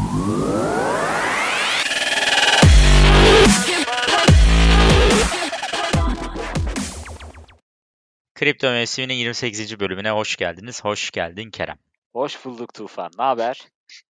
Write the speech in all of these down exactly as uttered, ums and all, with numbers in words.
Kripto Mevsimi'nin yirmi sekizinci bölümüne hoş geldiniz. Hoş geldin Kerem. Hoş bulduk Tufan. Ne haber?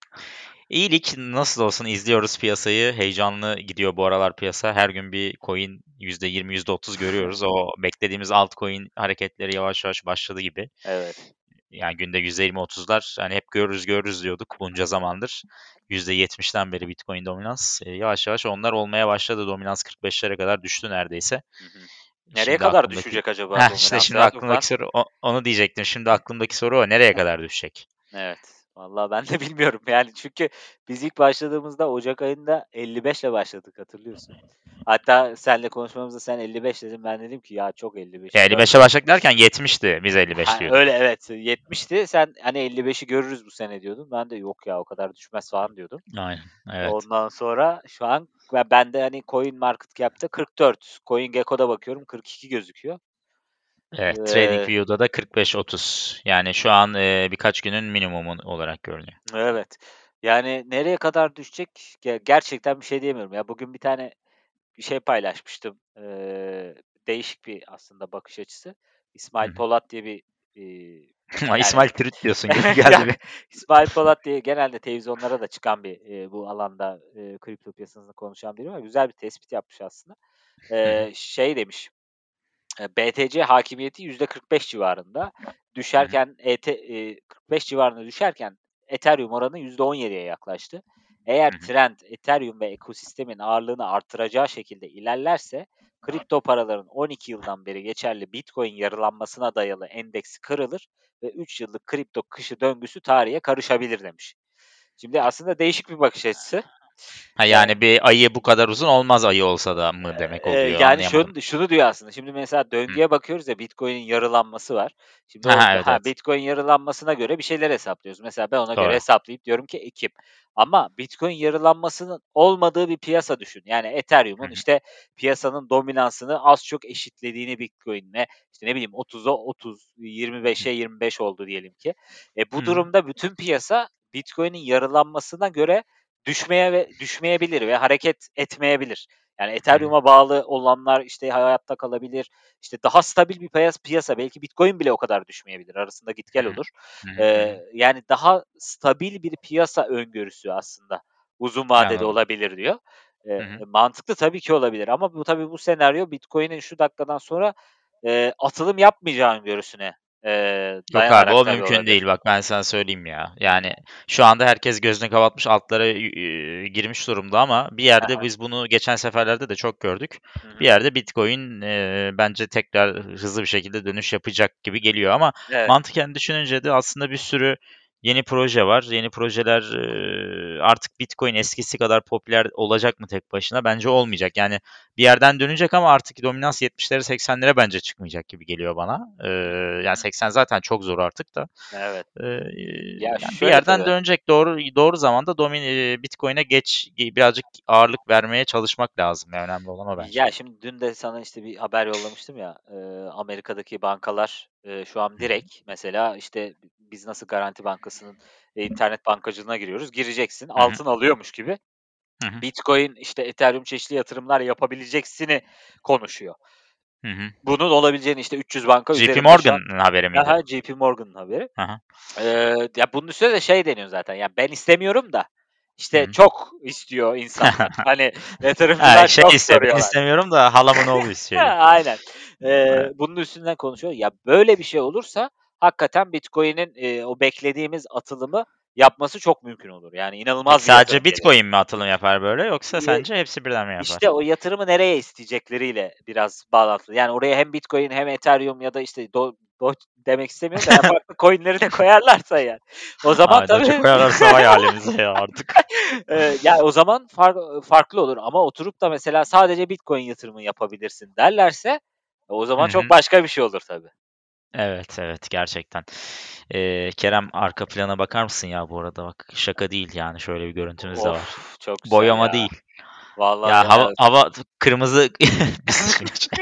İyilik nasıl olsun, izliyoruz piyasayı. Heyecanlı gidiyor bu aralar piyasa. Her gün bir coin yüzde yirmi, yüzde otuz görüyoruz. O beklediğimiz altcoin hareketleri yavaş yavaş başladı gibi. Evet. Yani günde yüzde yirmi otuzlar hani hep görürüz görürüz diyorduk bunca zamandır. yüzde yetmişten beri Bitcoin dominans. E, yavaş yavaş onlar olmaya başladı. Dominans kırk beşlere kadar düştü neredeyse. Hı hı. Nereye Şimdi kadar aklımdaki düşecek acaba Heh, işte dominans şimdi ya Tufan? aklımdaki soru o- onu diyecektim. Şimdi aklımdaki soru o. Nereye kadar düşecek? Evet. Vallahi ben de bilmiyorum yani çünkü biz ilk başladığımızda Ocak ayında elli beşle başladık hatırlıyorsun. Hatta seninle konuşmamızda sen elli beş dedin, ben dedim ki ya çok elli beşi Ya görme. elli beşe başladık derken yetmişti. Biz elli beş Ha, diyorduk. öyle evet yetmişti. Sen hani elli beşi görürüz bu sene diyordun. Ben de yok ya o kadar düşmez falan diyordum. Aynen. Evet. Ondan sonra şu an ve ben de hani CoinMarketCap'te kırk dört, CoinGecko'da bakıyorum kırk iki gözüküyor. Evet. Eee TradingView'da da kırk beş otuz. Yani şu an e, birkaç günün minimumu olarak görünüyor. Evet. Yani nereye kadar düşecek? Ge gerçekten bir şey diyemiyorum. Ya bugün bir tane bir şey paylaşmıştım. Eee, değişik bir aslında bakış açısı. Hı İsmail hı. Polat diye bir, eee, Ama yani İsmail Türüt diyorsun gibi yok, geldi bir. İsmail Polat diye genelde televizyonlara da çıkan bir, eee, bu alanda, eee, kripto piyasasında konuşan biri var. Güzel bir tespit yapmış aslında. Hı hı. Eee, şey demiş, eee, B T C hakimiyeti yüzde kırk beş civarında. Hı hı. Düşerken ET eee, kırk beş civarında düşerken Ethereum oranı yüzde on yediye yaklaştı. Eğer Hı hı. trend Ethereum ve ekosistemin ağırlığını artıracağı şekilde ilerlerse kripto paraların on iki yıldan beri geçerli Bitcoin yarılanmasına dayalı endeksi kırılır ve üç yıllık kripto kışı döngüsü tarihe karışabilir demiş. Şimdi aslında değişik bir bakış açısı. Ha, Eee yani bir ayı bu kadar uzun olmaz, ayı olsa da mı demek Eee, oluyor, yani anlayamadım. şunu şunu diyor aslında, şimdi mesela Hı. döngüye bakıyoruz ya, Bitcoin'in yarılanması var. Şimdi Ha, o ha, evet ha, evet. Bitcoin yarılanmasına göre bir şeyler hesaplıyoruz. Mesela ben ona göre Doğru. hesaplayıp diyorum ki ekim. Ama Bitcoin yarılanmasının olmadığı bir piyasa düşün. Yani Hı Ethereum'un hı. işte piyasanın dominansını az çok eşitlediğini Bitcoin'le, işte ne bileyim otuza otuz, yirmi beşe yirmi beş oldu diyelim ki. E, Hı bu hı. durumda bütün piyasa Bitcoin'in yarılanmasına göre düşmeye ve düşmeyebilir ve hareket etmeyebilir. Yani Hı hı. Ethereum'a bağlı olanlar, işte, hayatta kalabilir. İşte, daha stabil bir piyas piyasa, belki Bitcoin bile o kadar düşmeyebilir. Arasında git Hı gel hı. olur. Hı hı. Hı hı. Eee, yani, daha stabil bir piyasa öngörüsü aslında uzun vadede Anladım. olabilir diyor. Hı Eee, hı. mantıklı tabii ki olabilir ama bu tabii bu senaryo Bitcoin'in şu dakikadan sonra, eee, atılım yapmayacağı öngörüsüne, eee, Yok abi, dayanarak o tabii mümkün olabilir. değil, bak ben sana söyleyeyim ya. Yani şu anda herkes gözünü kapatmış, altlara eee, girmiş durumda ama bir Hı yerde hı. biz bunu geçen seferlerde de çok gördük. Hı Bir hı. yerde Bitcoin eee, bence tekrar hızlı bir şekilde dönüş yapacak gibi geliyor ama Evet. mantıken düşününce de aslında bir sürü yeni proje var. Yeni projeler eee, artık Bitcoin eskisi kadar popüler olacak mı tek başına? Bence olmayacak. Yani bir yerden dönecek ama artık dominans yetmişlere seksenlere bence çıkmayacak gibi geliyor bana. Eee, Hı hı. Hı yani hı. seksen zaten çok zor artık da. Evet. Eee, Ya, yani bir şöyle yerden tabii. dönecek, doğru doğru zamanda domin eee, Bitcoin'e geç birazcık ağırlık vermeye çalışmak lazım. Yani önemli olan o bence. Ya, şimdi dün de sana, işte, bir haber yollamıştım ya, eee, Amerika'daki bankalar, eee, şu an Hı hı. direkt mesela, işte, biz nasıl Garanti Bankası'nın, eee, internet bankacılığına giriyoruz, gireceksin, Hı hı. altın alıyormuş gibi Hı hı. Bitcoin, işte, Ethereum çeşitli yatırımlar yapabileceksini konuşuyor. Hı hı. Bunun olabileceğini, işte, üç yüz banka J P üzerinde şu an. Morgan'ın haberi Hı miydi? hı, J P Morgan'ın haberi. Hı hı. Eee, ya, bunun üstüne de şey deniyor zaten, ya, ben istemiyorum da, Hı işte, hı. çok istiyor insanlar. Hani, Ha, yatırımcılar şey çok istiyor, ben soruyorlar. istemiyorum da halamın oğlu istiyor gibi. Aynen. Eee, Evet. bunun üstünden konuşuyor. Ya, böyle bir şey olursa hakikaten Bitcoin'in, eee, o beklediğimiz atılımı yapması çok mümkün olur. Yani Peki inanılmaz bir sadece yatırım gelir. Bitcoin mi atılım yapar böyle, yoksa İii, sence hepsi birden mi işte, yapar? o yatırımı nereye isteyecekleriyle biraz bağlantılı. Yani oraya hem Bitcoin hem Ethereum ya da, işte, do Doge demek istemiyorum da, ya, farklı coin'leri de koyarlarsa eğer, o zaman Ay, Doge'u tabii. koyarlarsa vay hâlimize ya artık. Eee, ya, o zaman far farklı olur ama oturup da mesela sadece Bitcoin yatırımı yapabilirsin derlerse, o Hı zaman çok hı. başka bir şey olur tabii. Evet, evet, gerçekten. Eee, Kerem, arka plana bakar mısın ya bu arada? Bak şaka değil yani, şöyle bir görüntümüz de var. Of, çok güzel Boyama ya. değil. Vallahi Ya hava ya. hava kırmızı biz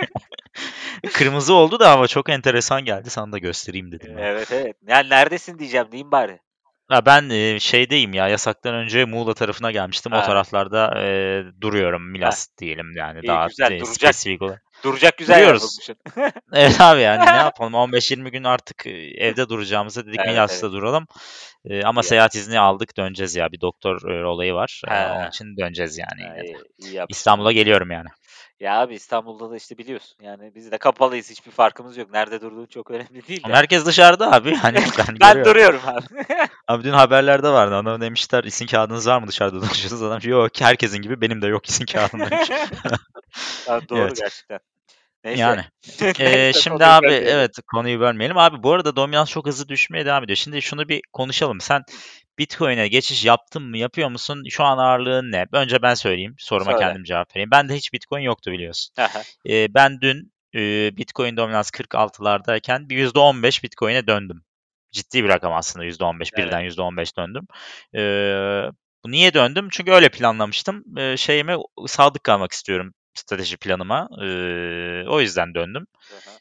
kırmızı oldu da hava çok enteresan geldi. Sana da göstereyim dedim ya. Evet, evet. Ya, neredesin diyeceğim, diyeyim bari. Ya ben e, şeydeyim ya, yasaktan önce Muğla tarafına gelmiştim. O Ha, taraflarda e, duruyorum. heh, Milas diyelim yani, iyi daha güzel. e, Duracak spesifik olarak. duracak güzel yer Duruyoruz. bulmuşsun. Evet abi, yani ne yapalım, on beş yirmi gün artık e, evde duracağımıza dedik Evet, evet. Milas'ta duralım. E, ama İyi seyahat yapmışsın. izni aldık, döneceğiz ya, bir doktor e, olayı var. E, onun He, için döneceğiz yani he, yine de. iyi, iyi yapmışsın İstanbul'a valla. geliyorum yani. Ya abi İstanbul'da da işte biliyorsun yani biz de kapalıyız hiçbir farkımız yok. Nerede durduğun çok önemli değil Ama de. herkes dışarıda abi, hani ben Ben görüyorum. duruyorum abi. Abi dün haberlerde vardı. Ona demişler, isim kağıdınız var mı dışarıda dolaşıyorsunuz? Adam yok, herkesin gibi benim de yok isim kağıdım demiş. Ha, doğru Evet. gerçekten. Neyse. Yani. Eee, Neyse şimdi konuyu abi, bölmeyelim. evet, konuyu bölmeyelim. Abi bu arada dominans çok hızlı düşmeye devam ediyor. Şimdi şunu bir konuşalım. Sen Hı, Bitcoin'e geçiş yaptın mı? Yapıyor musun? Şu an ağırlığın ne? Önce ben söyleyeyim. Soruma söyle. kendim cevap vereyim. Bende hiç Bitcoin yoktu, biliyorsun. Hı hı. Eee, ben dün eee, Bitcoin dominans kırk altılardayken bir yüzde on beş Bitcoin'e döndüm. Ciddi bir rakam aslında, yüzde on beş. Evet. Birden yüzde on beş döndüm. Eee, bu niye döndüm? Çünkü öyle planlamıştım. Eee, şeyime sadık kalmak istiyorum, strateji planıma. Eee, o yüzden döndüm. Hı hı.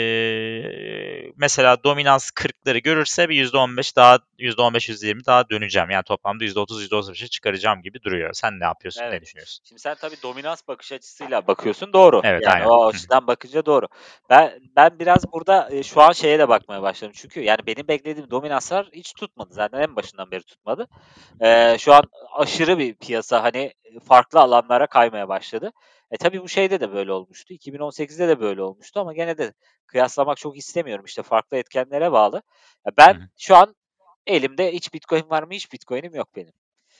Eee, mesela dominans kırkları görürse bir yüzde on beş daha, yüzde on beş yüzde yirmi daha döneceğim. Yani toplamda yüzde otuz yüzde otuz beşe çıkaracağım gibi duruyor. Sen ne yapıyorsun? Ne Evet. düşünüyorsun? Şimdi sen tabii dominans bakış açısıyla bakıyorsun. Doğru. Evet, Yani aynen. o Hı hı. açıdan bakınca doğru. Ben ben biraz burada e, şu an şeye de bakmaya başladım. Çünkü yani benim beklediğim dominanslar hiç tutmadı. Zaten en başından beri tutmadı. Eee, şu an aşırı bir piyasa hani farklı alanlara kaymaya başladı. E tabii bu şeyde de böyle olmuştu. iki bin on sekizde de böyle olmuştu ama gene de kıyaslamak çok istemiyorum. İşte farklı etkenlere bağlı. Ya Hı ben hı. şu an elimde hiç Bitcoin var mı? Hiç Bitcoin'im yok benim.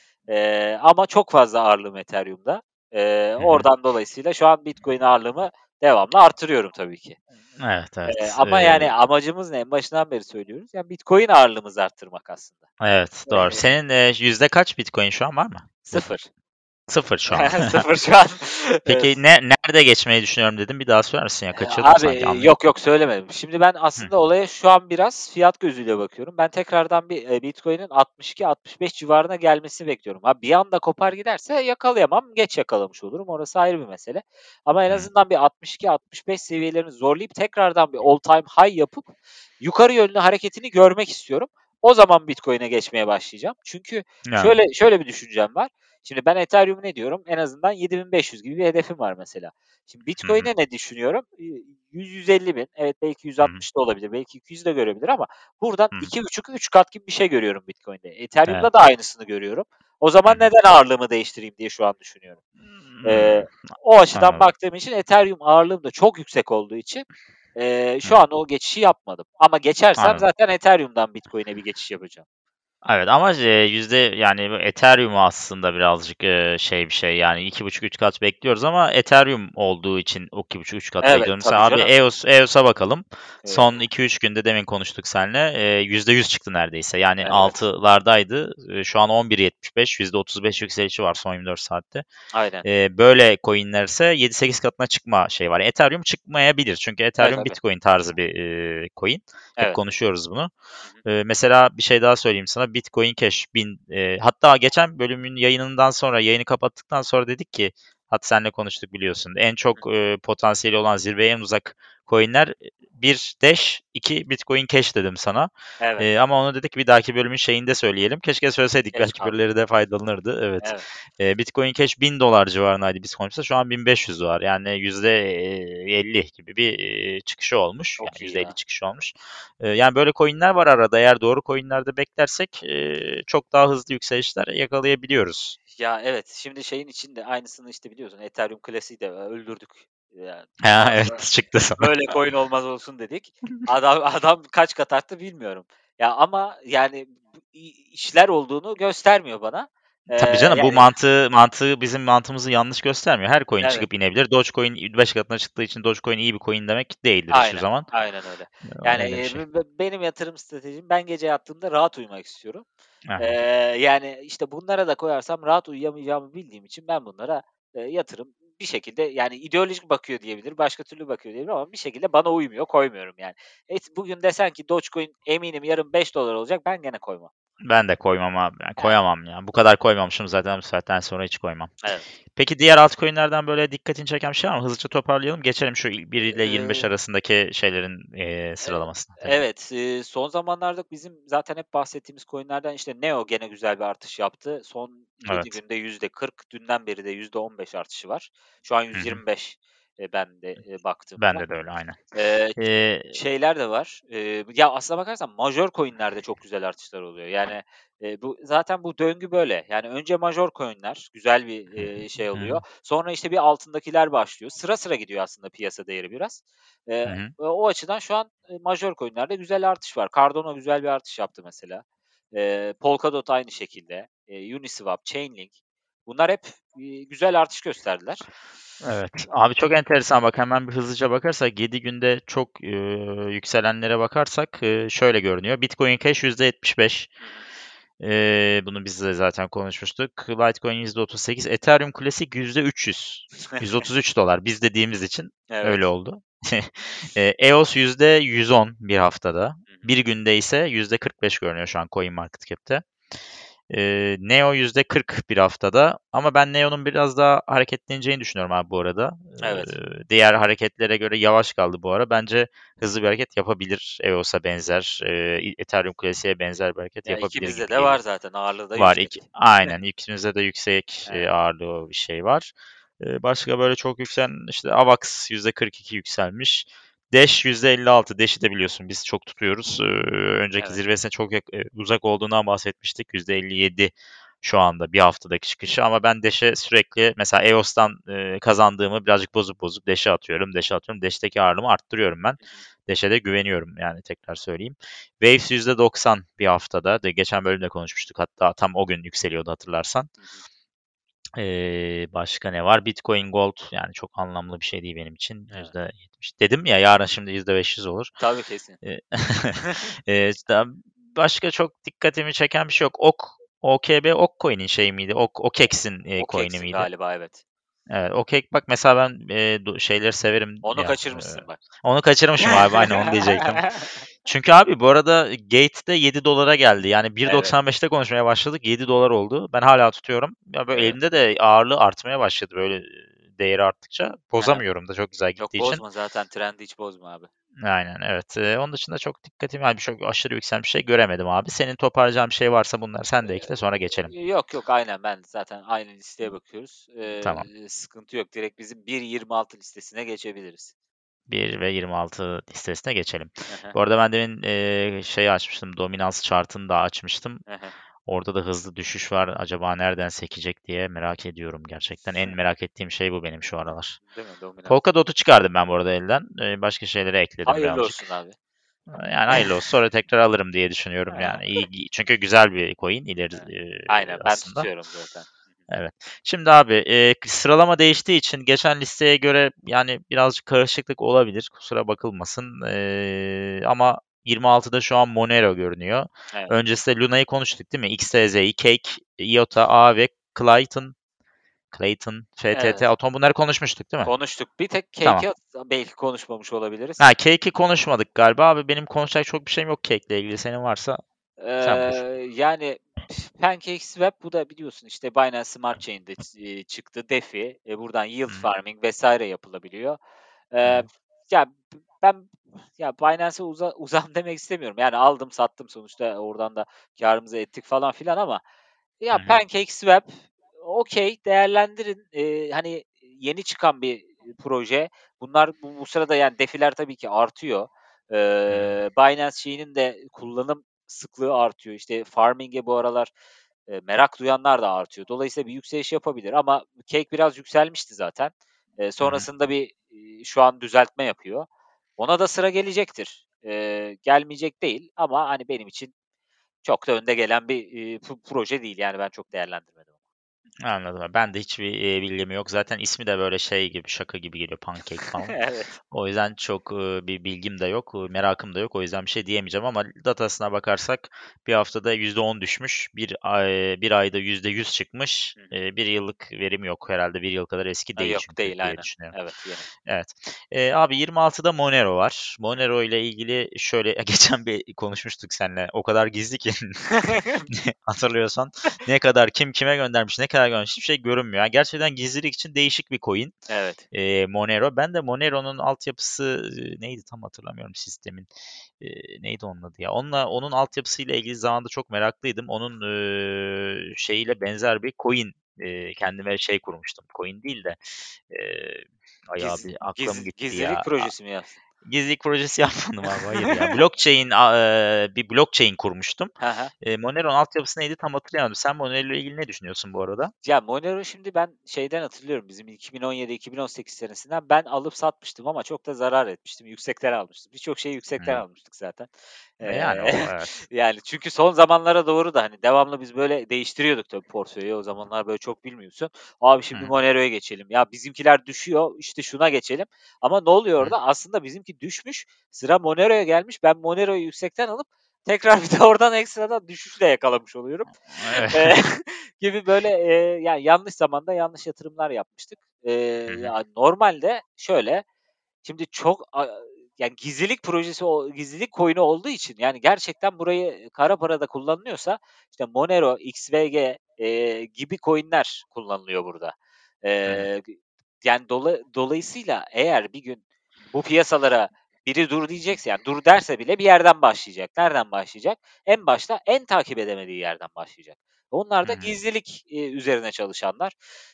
Eee, ama çok fazla ağırlığım Ethereum'da. Eee, Hı hı. oradan dolayısıyla şu an Bitcoin ağırlığımı devamlı artırıyorum tabii ki. Evet, Eee, evet. ama Eee, yani amacımız ne? En başından beri söylüyoruz. Yani Bitcoin ağırlığımızı arttırmak aslında. evet, doğru. Eee, Senin eee, yüzde kaç Bitcoin şu an, var mı? Burada. sıfır. Sıfır şu an. Sıfır şu an. Peki Evet. ne nerede geçmeyi düşünüyorum dedim. Bir daha söyler misin ya? Eee, Kaçırdım abi, sanki, eee, anlayamadım. yok yok söylemedim. Şimdi ben Hı. aslında olaya şu an biraz fiyat gözüyle bakıyorum. Ben tekrardan bir, eee, Bitcoin'in altmış iki altmış beş civarına gelmesini bekliyorum. Ha, bir anda kopar giderse yakalayamam, geç yakalamış olurum. Orası ayrı bir mesele. Ama en Hı. azından bir altmış iki altmış beş seviyelerini zorlayıp tekrardan bir all time high yapıp yukarı yönlü hareketini görmek istiyorum. O zaman Bitcoin'e geçmeye başlayacağım. Çünkü Yani. şöyle şöyle bir düşüncem var. Şimdi ben Ethereum ne diyorum? En azından yedi bin beş yüz gibi bir hedefim var mesela. Şimdi Hı hı. Bitcoin'e ne düşünüyorum? İii, yüz yüz elli bin, evet belki Hı hı. yüz altmış da olabilir, belki iki yüz de görebilir ama buradan Hı hı. iki buçuk üç kat gibi bir şey görüyorum Bitcoin'de. Ethereum'da da Evet. aynısını görüyorum. O Hı zaman hı. neden ağırlığımı değiştireyim diye şu an düşünüyorum. Hımm. Eee, o açıdan Anladım, baktığım için Ethereum ağırlığım da çok yüksek olduğu için, eee, hı şu hı. an o geçişi yapmadım. Ama geçersem Anladım. zaten Ethereum'dan Bitcoin'e bir geçiş yapacağım. Evet ama, eee, yüzde yani bu Ethereum aslında birazcık, eee, şey bir şey, yani iki buçuk üç kat bekliyoruz ama Ethereum olduğu için o iki buçuk üç kat Evet, bekliyorum. Mesela tabii abi canım. E O S E O S''a bakalım. Eee, Son iki üç günde, demin konuştuk seninle, eee, yüzde yüz çıktı neredeyse. Yani evet, altılardaydı. Eee, şu an on bir yetmiş beş, yüzde otuz beş yükselişi var son yirmi dört saatte. aynen. Eee, böyle coin'ler yedi sekiz katına çıkma şey var. Ethereum çıkmayabilir. Çünkü Evet, Ethereum tabii. Bitcoin tarzı bir, eee, coin. Hep Evet. konuşuyoruz bunu. Hı hı. Eee, mesela bir şey daha söyleyeyim sana. Bitcoin Cash bin, eee, hatta geçen bölümün yayınından sonra, yayını kapattıktan sonra dedik ki, hatta seninle konuştuk biliyorsun. En Hı hı. çok eee, potansiyeli olan, zirveye en uzak coin'ler, bir Dash, iki Bitcoin Cash dedim sana. Evet. Eee, ama onu dedik bir dahaki bölümün şeyinde söyleyelim. Keşke söyleseydik, Geç belki kaldık. birileri de faydalanırdı. Evet. Evet. Eee, Bitcoin Cash bin dolar civarındaydı biz konuşmuştuk. Şu an bin beş yüz dolar. Yani yüzde elli gibi bir eee, çıkışı olmuş. Çok Yani iyi yüzde elli ya. çıkışı olmuş. Eee, yani böyle coin'ler var arada. Eğer doğru coin'lerde beklersek eee, çok daha hızlı yükselişler yakalayabiliyoruz. Ya, evet, şimdi şeyin içinde aynısını, işte, biliyorsun Ethereum klasiği de öldürdük. Ya, Ha, a evet, çıktı sonra. böyle coin olmaz olsun dedik. Adam adam kaç kat arttı bilmiyorum. Ya, ama yani bu i işler olduğunu göstermiyor bana. Eee, Tabii canım, bu yani mantığı mantığı bizim mantığımızı yanlış göstermiyor. Her coin Evet. çıkıp inebilir. Dogecoin beş katına çıktığı için Dogecoin iyi bir coin demek değildir hiçbir Aynen, zaman. aynen öyle. Eee, Yani, öyle bir eee, şey. b b benim yatırım stratejim ben gece yattığımda rahat uyumak istiyorum. Eee, Aha. yani, işte, bunlara da koyarsam rahat uyuyamayacağımı bildiğim için ben bunlara, eee, yatırım bir şekilde, yani, ideolojik bakıyor diyebilir, başka türlü bakıyor diyebilir ama bir şekilde bana uymuyor, koymuyorum yani. Et bugün desen ki Dogecoin eminim yarın beş dolar olacak, ben gene koymam. Ben de koymam abi. Ben Yani, koyamam ya. Bu kadar koymamışım zaten bu saatten sonra hiç koymam. evet. Peki diğer altcoin'lerden böyle dikkatini çeken bir şey var mı? Hızlıca toparlayalım. Geçelim şu bir ile yirmi beş Eee arasındaki şeylerin eee, Eee, sıralamasına tekrar. evet, eee, son zamanlarda bizim zaten hep bahsettiğimiz coin'lerden işte Neo gene güzel bir artış yaptı. Son yedi Evet. günde yüzde kırk, dünden beri de yüzde on beş artışı var. Şu an Hı hı. yüz yirmi beş, eee, ben de, eee, baktığımda. Bende de öyle aynen. Eee, Eee şeyler de var. Eee, ya, aslına bakarsan major coin'lerde çok güzel artışlar oluyor. Yani, eee, bu zaten bu döngü böyle. Yani önce major coin'ler güzel bir, Hı eee, şey hı. oluyor. Sonra işte bir altındakiler başlıyor. Sıra sıra gidiyor aslında piyasa değeri biraz. Hı Eee, hı. o açıdan şu an, eee, major coin'lerde güzel artış var. Cardano güzel bir artış yaptı mesela. Eee, Polkadot aynı şekilde. Eee, Uniswap, Chainlink bunlar hep, iii, güzel artış gösterdiler. Evet. Abi çok enteresan bak hemen bir hızlıca bakarsak yedi günde çok eee, yükselenlere bakarsak eee, şöyle görünüyor. Bitcoin Cash yüzde yetmiş beş. Hı hı. Eee, bunu biz de zaten konuşmuştuk. Litecoin yüzde otuz sekiz. Ethereum Classic yüzde üç yüz. yüz otuz üç dolar. Biz dediğimiz için öyle Evet. oldu. Eee, E O S yüzde yüz on bir haftada. Hı hı. Bir günde ise yüzde kırk beş görünüyor şu an CoinMarketCap'te. Eee, Neo yüzde kırk bir haftada ama ben Neo'nun biraz daha hareketleneceğini düşünüyorum abi bu arada. Evet. Eee, diğer hareketlere göre yavaş kaldı bu ara. Bence hızlı bir hareket yapabilir. E O S''a benzer, eee, Ethereum Classic'e benzer bir hareket Ya, yapabilir ikimizde gibi de var geliyor. zaten, ağırlığı da Var iki, yüksek. aynen ikimizde de yüksek eee, Evet. ağırlığı bir şey var. Eee, başka böyle çok yükselen işte Avax yüzde kırk iki yükselmiş. Dash yüzde elli altı. Dash'i de biliyorsun biz çok tutuyoruz. Eee, önceki Evet. zirvesine çok yak- e, uzak olduğundan bahsetmiştik. yüzde elli yedi şu anda bir haftadaki çıkışı ama ben Dash'e sürekli mesela E O S'tan e, kazandığımı birazcık bozup bozup Dash'e atıyorum. Dash'e atıyorum. Dash'teki ağırlığımı arttırıyorum ben. Hı hı. Dash'e de güveniyorum yani tekrar söyleyeyim. Waves yüzde doksan bir haftada. De geçen bölümde konuşmuştuk. Hatta tam o gün yükseliyordu hatırlarsan. Hı hı. Ee, başka ne var? Bitcoin Gold yani çok anlamlı bir şey değil benim için. Evet. yüzde yetmiş. Dedim ya yarın şimdi yüzde beş yüz olur. Tabii, kesin. Ee, ee, işte başka çok dikkatimi çeken bir şey yok. Ok, O K B Okcoin'in şey miydi? Ok, OKEX'in e, O coin'i Keks'in miydi? galiba, evet. Evet, OKEX bak mesela ben e, do- şeyleri severim Onu ya. e, kaçırmışsın bak. onu kaçırmışım abi aynen onu diyecektim. Çünkü abi bu arada Gate'de yedi dolara geldi. Yani Evet, bir doksan beşte konuşmaya başladık. yedi dolar oldu. Ben hala tutuyorum. Ya böyle evet. elimde de ağırlığı artmaya başladı böyle e, değeri arttıkça. Hı hı. Bozamıyorum da çok güzel Yok, gittiği için. bozma zaten trendi hiç bozma abi. Aynen evet. Ee, onun dışında çok dikkatim yani çok aşırı yükselen bir şey göremedim abi. Senin toparlayacağın bir şey varsa bunlar sen de ekle sonra geçelim. Eee, yok, yok, aynen ben zaten aynı listeye bakıyoruz. Tamam. Eee, sıkıntı yok. Direkt bizim bir yirmi altı listesine geçebiliriz. bir ve yirmi altı listesine geçelim. Hı hı. Bu arada ben demin eee şeyi açmıştım. Dominans chart'ını da açmıştım. Hı hı. Orada da hızlı düşüş var. Acaba nereden sekecek diye merak ediyorum gerçekten. En merak ettiğim şey bu benim şu aralar. Değil mi? Dominans. Polkadot'u çıkardım ben bu arada elden. Eee, başka şeylere ekledim Hayırlı birazcık. olsun abi. Yani hayırlı olsun. Sonra tekrar alırım diye düşünüyorum. Yani iyi, çünkü güzel bir coin ileri Evet. eee, Aynen, ben aslında. tutuyorum zaten. Evet. Şimdi abi e, sıralama değiştiği için geçen listeye göre yani birazcık karışıklık olabilir. Kusura bakılmasın. E, ama yirmi altıda şu an Monero görünüyor. Evet. Öncesinde Luna'yı konuştuk değil mi? X T Z'yi, Cake, I O T A, A ve Clayton, Clayton, F T T, Evet. Atom bunları konuşmuştuk değil mi? Konuştuk. Bir tek Tamam. Cake'i belki konuşmamış olabiliriz. Ha, Cake'i konuşmadık galiba abi. Benim konuşacak çok bir şeyim yok Cake'le ilgili. Senin varsa sen buyur. Eee, yani PancakeSwap bu da biliyorsun işte Binance Smart Chain'de ç eee, çıktı. DeFi, eee, buradan yield Hı farming vesaire yapılabiliyor. hı. Eee, ya b ben ya Binance'e uza uzağım demek istemiyorum. Yani aldım sattım sonuçta oradan da kârımızı ettik falan filan ama Hı ya hı. PancakeSwap okay, değerlendirin. Eee, hani yeni çıkan bir proje. Bunlar bu bu sırada yani DeFi'ler tabii ki artıyor. Hı hı. Eee, Binance şeyinin de kullanım sıklığı artıyor. İşte farming'e bu aralar, eee, merak duyanlar da artıyor. Dolayısıyla bir yükseliş yapabilir ama Cake biraz yükselmişti zaten. Eee, Hı hı. sonrasında bir, iii, şu an düzeltme yapıyor. Ona da sıra gelecektir. Eee, gelmeyecek değil ama, hani, benim için çok da önde gelen bir, iii, p proje değil. Yani ben çok değerlendirmedim. Anladım. Ben de hiçbir e, bilgim yok. Zaten ismi de böyle şey gibi, şaka gibi geliyor, pancake falan. Evet. O yüzden çok e, bir bilgim de yok, e, merakım da yok. O yüzden bir şey diyemeyeceğim ama datasına bakarsak bir haftada yüzde on düşmüş, bir ay, bir ayda yüzde yüz çıkmış. Hı hı. E, bir yıllık verim yok herhalde. Bir yıl kadar eski Ha, değil yok çünkü değil diye aynen. düşünüyorum. Evet yeni. Evet. E, abi yirmi altıda Monero var. Monero ile ilgili şöyle geçen bir konuşmuştuk seninle. O kadar gizli ki hatırlıyorsan. Ne kadar kim kime göndermiş, ne kadar göndermiş hiçbir şey görünmüyor. Yani gerçekten gizlilik için değişik bir coin. Evet. E, Monero. Ben de Monero'nun altyapısı e, neydi tam hatırlamıyorum sistemin. E, neydi onun adı ya? Onunla onun altyapısıyla ilgili zamanında çok meraklıydım. Onun e, şeyiyle benzer bir coin e, kendime şey kurmuştum. Coin değil de e, ay Giz, abi aklım giz, gitti gizlilik ya. projesi mi yaptın? Gizlilik projesi yapmadım abi. Hayır ya. Blockchain a- e, bir blockchain kurmuştum. Hı hı. E, Monero'nun altyapısı neydi tam hatırlayamadım. Sen Monero ile ilgili ne düşünüyorsun bu arada? Ya Monero şimdi ben şeyden hatırlıyorum bizim iki bin on yedi-iki bin on sekiz senesinden ben alıp satmıştım ama çok da zarar etmiştim. Yüksekten almıştım. Birçok şeyi yüksekten Hı. almıştık zaten. E, Yani Eee, o evet. yani çünkü son zamanlara doğru da hani devamlı biz böyle değiştiriyorduk tabii portföyü. O zamanlar böyle çok bilmiyorsun. Abi şimdi Hı, Monero'ya geçelim. Ya bizimkiler düşüyor işte şuna geçelim. Ama ne oluyor hı. orada? Aslında bizimki düşmüş. Sıra Monero'ya gelmiş. Ben Monero'yu yüksekten alıp tekrar bir de oradan ekstradan düşüşle yakalamış oluyorum. Evet. Eee, gibi böyle, eee, yani yanlış zamanda yanlış yatırımlar yapmıştık. Eee, Hı hı. ya normalde şöyle, şimdi çok a yani gizlilik projesi o gizlilik coin'i olduğu için yani gerçekten burayı kara para da kullanılıyorsa işte Monero, X V G, eee, gibi coin'ler kullanılıyor burada. Hı hı. Eee, yani dola dolayısıyla eğer bir gün bu piyasalara biri dur diyecekse, yani dur derse bile bir yerden başlayacak. Nereden başlayacak? En başta en takip edemediği yerden başlayacak. Onlar Hı da hı. gizlilik, eee, üzerine çalışanlar.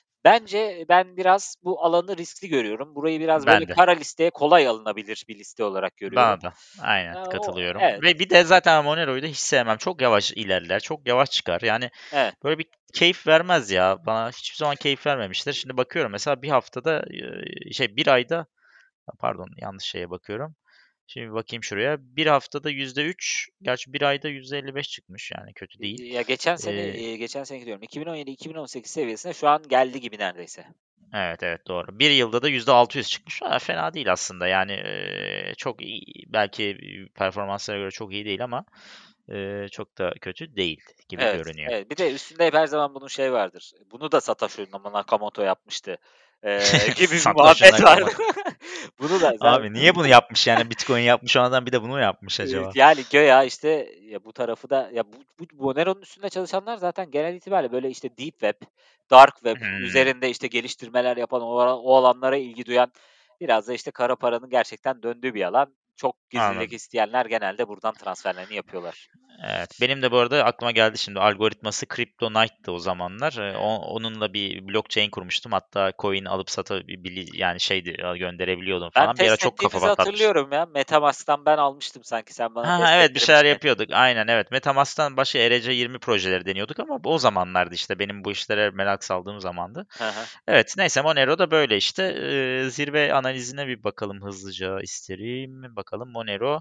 Bence ben biraz bu alanı riskli görüyorum. Burayı biraz böyle Ben de. kara listeye kolay alınabilir bir liste olarak görüyorum. Bana da. Aynen Eee, o katılıyorum. evet, Ve bir de zaten Monero'yu da hiç sevmem. Çok yavaş ilerler. Çok yavaş çıkar. Yani evet. böyle bir keyif vermez ya. Bana hiçbir zaman keyif vermemiştir. Şimdi bakıyorum mesela bir haftada e, şey bir ayda pardon yanlış şeye bakıyorum. Şimdi bakayım şuraya. Bir haftada yüzde üç, gerçi bir ayda yüzde elli beş çıkmış yani kötü değil. ya geçen sene, Ee, eee, geçen seneki diyorum iki bin on yedi-iki bin on sekiz seviyesine şu an geldi gibi neredeyse. evet evet doğru. Bir yılda da yüzde altı yüz çıkmış. Ha, fena değil aslında. Yani e, çok iyi. Belki performanslara göre çok iyi değil ama e, çok da kötü değil gibi Evet, görünüyor. evet. Bir de üstünde hep her zaman bunun şey vardır. Bunu da Satoshi Nakamoto yapmıştı, eee, gibi bir Satoshi muhabbet var. Nakamoto. Bunu da sen Abi niye bunu yapmış yani Bitcoin yapmış o adam bir de bunu mu yapmış Eee, acaba? yani göya, işte, ya, bu tarafı da ya, bu bu Monero'nun üstünde çalışanlar zaten genel itibariyle, böyle, işte, deep web, dark web Hmm, üzerinde, işte, geliştirmeler yapan, o ala o alanlara ilgi duyan, biraz da, işte, kara paranın gerçekten döndüğü bir alan. Çok gizlilik anladım. isteyenler genelde buradan transferlerini yapıyorlar. Evet, benim de bu arada aklıma geldi şimdi algoritması CryptoNight'tı o zamanlar. Ee, Evet. o- onunla bir blockchain kurmuştum. Hatta coin alıp satabili yani şeydi gönderebiliyordum Ben falan. Bir ara test çok kafa ettiğimizi patlatmıştım. hatırlıyorum ya. MetaMask'tan ben almıştım sanki, sen bana Ha, ha, test evet bir şeyler ettirmiştin. yapıyorduk. Aynen evet. MetaMask'tan başka E R C yirmi projeleri deniyorduk ama o zamanlardı işte benim bu işlere merak saldığım zamandı. Hı hı. Evet neyse Monero da böyle işte. Ee, zirve analizine bir bakalım hızlıca isterim. Bakalım Monero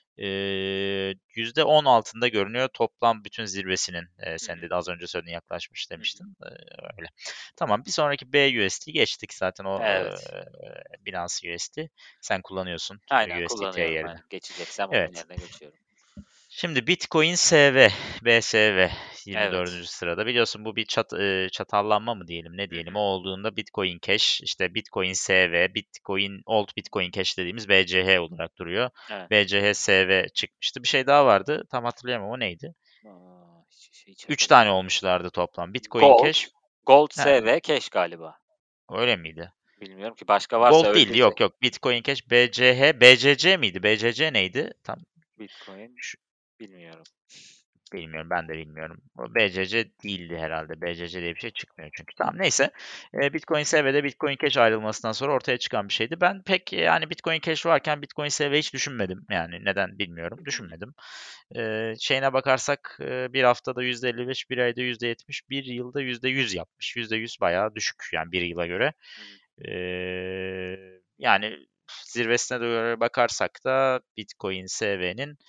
ee, yüzde on altında görünüyor toplam bütün zirvesinin. Ee, Hı sen hı. de az önce söyledin yaklaşmış Hı hı. demiştin. Ee, öyle. Tamam bir sonraki B U S D geçtik zaten o Evet. e, Binance U S D. Sen kullanıyorsun Aynen U S D T kullanıyorum, yerine. aynen. Geçeceksem onun Evet. yerine geçiyorum. Şimdi Bitcoin S V, B S V yirmi dördüncü Evet. sırada. Biliyorsun bu bir çat, e, çatallanma mı diyelim ne Hı diyelim. hı. O olduğunda Bitcoin Cash, işte Bitcoin S V, Bitcoin Old Bitcoin Cash dediğimiz B C H olarak duruyor. Evet. B C H S V çıkmıştı. Bir şey daha vardı. Tam hatırlayamam o neydi? A! Hiç hiç Üç tane hatırlamıyorum. olmuşlardı toplam. Bitcoin Gold, Cash. Gold Ha, S V Cash galiba. öyle miydi? Bilmiyorum ki başka varsa Gold değildi. öldürecek. Yok yok. Bitcoin Cash, B C H, B C C miydi? B C C neydi? Tam Bitcoin bilmiyorum. bilmiyorum ben de bilmiyorum. O B C C değildi herhalde. B C C diye bir şey çıkmıyor çünkü. Tamam neyse. E, Bitcoin S V'de Bitcoin Cash ayrılmasından sonra ortaya çıkan bir şeydi. Ben pek e, yani Bitcoin Cash varken Bitcoin S V hiç düşünmedim. Yani neden bilmiyorum. Hı hı. Düşünmedim. E, şeyine bakarsak e, bir haftada yüzde elli beş, bir ayda yüzde yetmiş, bir yılda yüzde yüz yapmış. Yüzde yüz bayağı düşük yani bir yıla göre. Hı hı. E, yani zirvesine göre bakarsak da Bitcoin S V'nin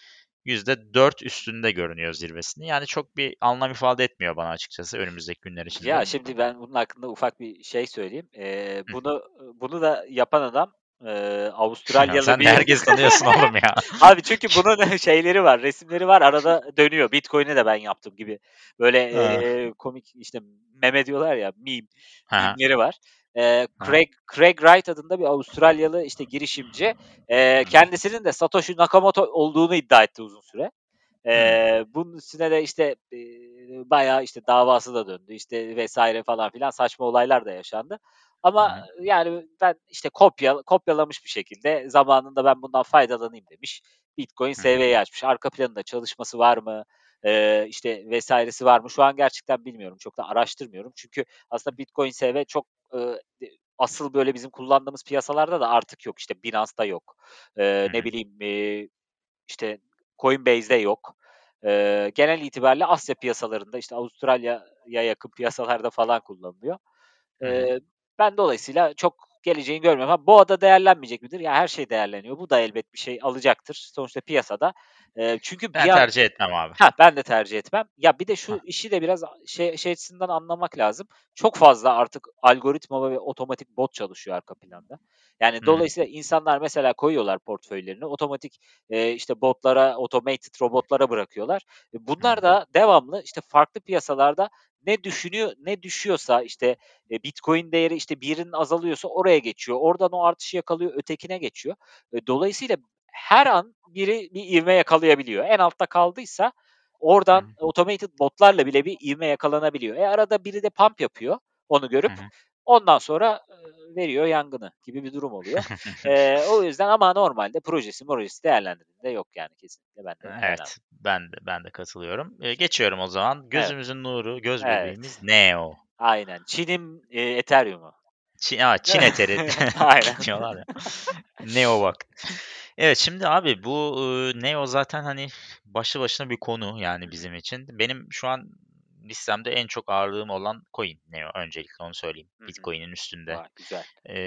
yüzde dört üstünde görünüyor zirvesini. Yani çok bir anlam ifade etmiyor bana açıkçası önümüzdeki günler içinde. Ya, şimdi ben bunun hakkında ufak bir şey söyleyeyim. Eee, Hıh. bunu bunu da yapan adam, eee, Avustralyalı Sen de bir herkesi tanıyorsun oğlum ya. Abi çünkü bunun şeyleri var, resimleri var, arada dönüyor. Bitcoin'e de ben yaptım gibi. Böyle, Hıı. eee, komik, işte, meme diyorlar ya, meme, Hı hı. meme'leri var. Eee, Hı hı. Craig Craig Wright adında bir Avustralyalı, işte, girişimci. Eee, Hı hı. kendisinin de Satoshi Nakamoto olduğunu iddia etti uzun süre. Hımm. Eee, bunun üstüne de, işte, eee, bayağı, işte, davası da döndü, işte, vesaire falan filan saçma olaylar da yaşandı. Hı Ama, hı. yani, ben, işte, kopya kopyalamış bir şekilde zamanında ben bundan faydalanayım demiş. Bitcoin Hı hı. S V'yi açmış. Arka planında çalışması var mı, eee, işte, vesairesi var mı? Şu an gerçekten bilmiyorum. Çok da araştırmıyorum. Çünkü aslında Bitcoin S V çok, ııı, de asıl böyle bizim kullandığımız piyasalarda da artık yok. İşte, Binance'da yok. Eee, Hı ne hı. bileyim, eee, işte, Coinbase'de yok. Eee, genel itibariyle Asya piyasalarında, işte, Avustralya'ya yakın piyasalarda falan kullanılıyor. Hı hı. Eee, ben dolayısıyla çok geleceğini görmüyorum. Ha, bu ada değerlenmeyecek midir? Ya, her şey değerleniyor. Bu da elbet bir şey alacaktır sonuçta piyasada. Eee, çünkü Ben bir an tercih etmem abi. Hah, ben de tercih etmem. Ya, bir de Hah. şu işi de biraz a şey şey açısından anlamak lazım. Çok fazla artık algoritma ve otomatik bot çalışıyor arka planda. Yani, Hı hı. dolayısıyla insanlar mesela koyuyorlar portföylerini, otomatik, eee, işte, botlara, automated robotlara bırakıyorlar. E, Hı hı. bunlar da devamlı, işte, farklı piyasalarda ne düşünüyor ne düşüyorsa, işte, eee, Bitcoin değeri, işte, birinin azalıyorsa oraya geçiyor. Oradan o artışı yakalıyor, ötekine geçiyor. E, dolayısıyla her an biri bir ivme yakalayabiliyor. En altta kaldıysa Hı oradan hı. automated botlarla bile bir ivme yakalanabiliyor. E, arada biri de pump yapıyor onu Hı görüp. hı. Ondan sonra, ııı, veriyor yangını gibi bir durum oluyor. Eee, o yüzden ama normalde projesi morojesi değerlendirdiğinde yok yani kesinlikle ben de önermem. Evet, ben de ben de katılıyorum. Eee, geçiyorum o zaman. Evet, Gözümüzün nuru, göz evet. bebeğimiz Neo. Aynen. Çin'in, eee, Ethereum'u. Çin a, Çin Eteri Aynen. diyorlar ya. Neo bak. Evet, şimdi abi bu, ııı, Neo zaten, hani, başlı başına bir konu Hı yani hı. bizim için. Benim şu an listemde en çok ağırlığım olan coin Neo, öncelikle onu söyleyeyim. Hı hı. Bitcoin'in üstünde. Vay, güzel.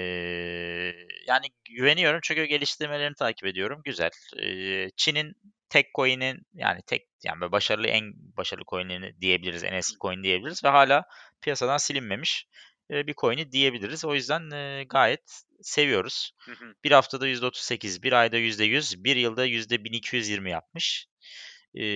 Eee, yani güveniyorum çünkü geliştirmelerini takip ediyorum. Güzel. Eee, Çin'in tek coin'in yani tek yani böyle başarılı en başarılı coin'ini diyebiliriz. En Hı eski hı. coin diyebiliriz ve hala piyasadan silinmemiş, eee, bir coin'i diyebiliriz. O yüzden, eee, gayet seviyoruz. Hı hı. Bir haftada yüzde otuz sekiz, bir ayda yüzde yüz, bir yılda yüzde bin iki yüz yirmi yapmış. Eee,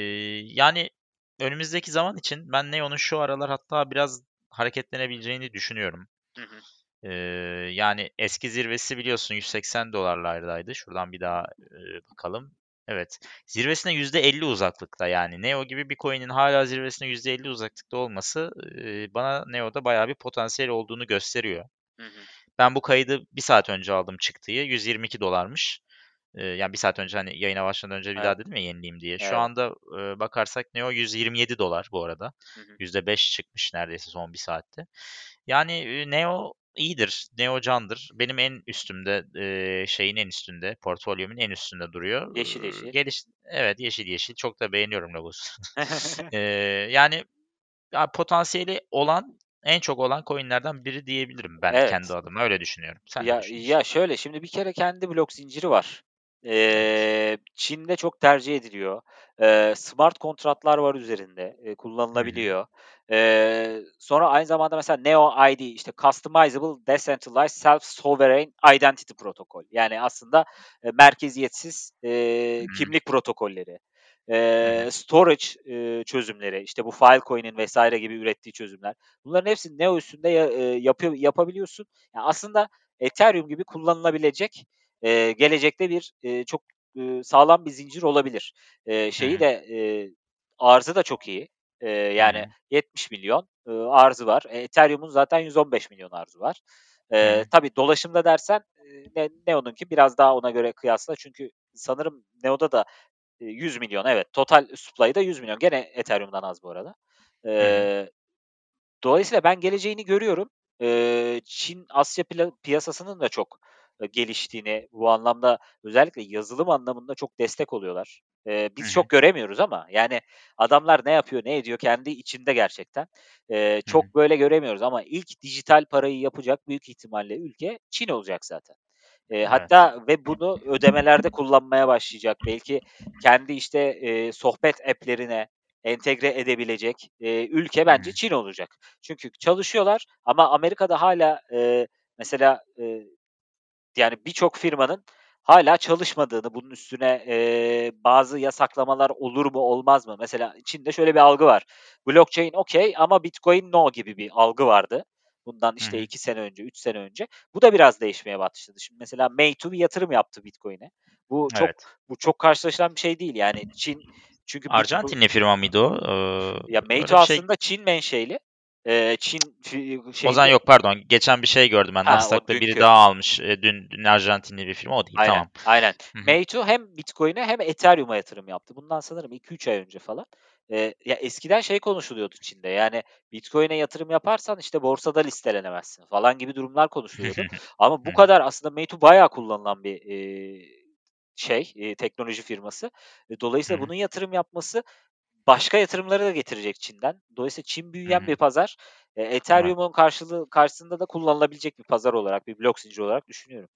yani önümüzdeki zaman için ben Neo'nun şu aralar hatta biraz hareketlenebileceğini düşünüyorum. Hı hı. Eee, yani eski zirvesi biliyorsun yüz seksen dolarlardaydı. Şuradan bir Hı daha, hı. eee, bakalım. Evet, zirvesine yüzde elli uzaklıkta yani. Neo gibi bir coin'in hâlâ zirvesine yüzde elli uzaklıkta olması, eee, bana Neo'da bayağı bir potansiyel olduğunu gösteriyor. Hı hı. Ben bu kaydı bir saat önce aldım çıktığı, yüz yirmi iki dolarmış. Eee, yani bir saat önce, hani, yayına başlamadan önce bir Evet, daha dedim ya yenileyim diye. Şu evet. anda, eee, bakarsak Neo yüz yirmi yedi dolar bu arada. Hı hı. yüzde beş çıkmış neredeyse son bir saatte. Yani, eee, Neo iyidir, Neo candır. Benim en üstümde, eee, şeyin en üstünde, portfolyomun en üstünde duruyor. Yeşil Iıı, yeşil. geliş Evet, yeşil yeşil. Çok da beğeniyorum logosunu. Eee, yani, ya, potansiyeli olan, en çok olan coin'lerden biri diyebilirim ben kendi Evet. adıma, öyle düşünüyorum. Sen ne Ya düşünüyorsun? ya, şöyle, şimdi bir kere kendi blok zinciri var. Evet. Eee, Çin'de çok tercih ediliyor. Eee, smart kontratlar var üzerinde, eee, Hı hı. kullanılabiliyor. Eee, sonra aynı zamanda mesela Neo I D, işte Customizable Decentralized Self-Sovereign Identity Protocol. Yani aslında, eee, merkeziyetsiz, Hı eee, hı. kimlik protokolleri. Hı hı. Eee, storage, eee, çözümleri, işte bu Filecoin'in vesaire gibi ürettiği çözümler. Bunların hepsini Neo üstünde ya eee, yapıyor yapabiliyorsun. Ya, aslında Ethereum gibi kullanılabilecek, eee, gelecekte bir, eee, çok, ııı, sağlam bir zincir olabilir. Eee, Hı şeyi hı. de, eee, arzı da çok iyi. Eee, Hı yani hı. yetmiş milyon ııı, arzı var. E, Ethereum'un zaten yüz on beş milyon arzı var. Hı Eee, hı. tabii dolaşımda dersen, eee, Ne Neo'nunki biraz daha ona göre kıyasla çünkü sanırım Neo'da da, eee, yüz milyon evet, total supply'ı da yüz milyon. Gene Ethereum'dan az bu arada. Hı hı. Eee Dolayısıyla ben geleceğini görüyorum. Eee, Çin, Asya pila piyasasının da çok, eee, geliştiğini, bu anlamda özellikle yazılım anlamında çok destek oluyorlar. Eee, Hı biz hı. çok göremiyoruz ama yani adamlar ne yapıyor, ne ediyor kendi içinde gerçekten. Eee, Hı hı. çok böyle göremiyoruz ama ilk dijital parayı yapacak büyük ihtimalle ülke Çin olacak zaten. Eee, Evet. hatta ve bunu ödemelerde kullanmaya başlayacak. Belki kendi işte, eee, sohbet app'lerine entegre edebilecek, eee, ülke Hı bence hı. Çin olacak. Çünkü çalışıyorlar ama Amerika'da hâlâ, eee, mesela, eee, yani birçok firmanın hâlâ çalışmadığını, bunun üstüne, eee, bazı yasaklamalar olur mu, olmaz mı? Mesela Çin'de şöyle bir algı var. Blockchain okay ama Bitcoin no gibi bir algı vardı. Bundan Hı işte hı. iki sene önce, üç sene önce. Bu da biraz değişmeye başladı. Şimdi mesela Meitu bir yatırım yaptı Bitcoin'e. Bu çok Evet. bu çok karşılaşılan bir şey değil. Yani Çin çünkü Bitco Arjantinli firma mıydı o? Eee, Ya Meitu öyle bir şey. aslında Çin menşeli. Eee, Çin fi O zaman şeyli yok pardon. Geçen bir şey gördüm ben. Ha, o Nasdaq'ta biri dünkü. daha almış. Eee, dün dün Arjantinli bir firma. O değil. Aynen, Tamam. aynen. Hı hı. Meitu hem Bitcoin'e hem Ethereum'a yatırım yaptı. Bundan sanırım iki üç ay önce falan. Eee, ya eskiden şey konuşuluyordu Çin'de, yani Bitcoin'e yatırım yaparsan işte borsada listelenemezsin falan gibi durumlar konuşuluyordu. Ama Hı bu hı. kadar aslında Meitu bayağı kullanılan bir, eee, şey, eee, teknoloji firması. E, Hı dolayısıyla hı. bunun yatırım yapması başka yatırımları da getirecek Çin'den. Dolayısıyla Çin Hı büyüyen hı. bir pazar. Eee, Evet. Ethereum'un karşılığı karşısında da kullanılabilecek bir pazar olarak, bir blok zinciri olarak düşünüyorum.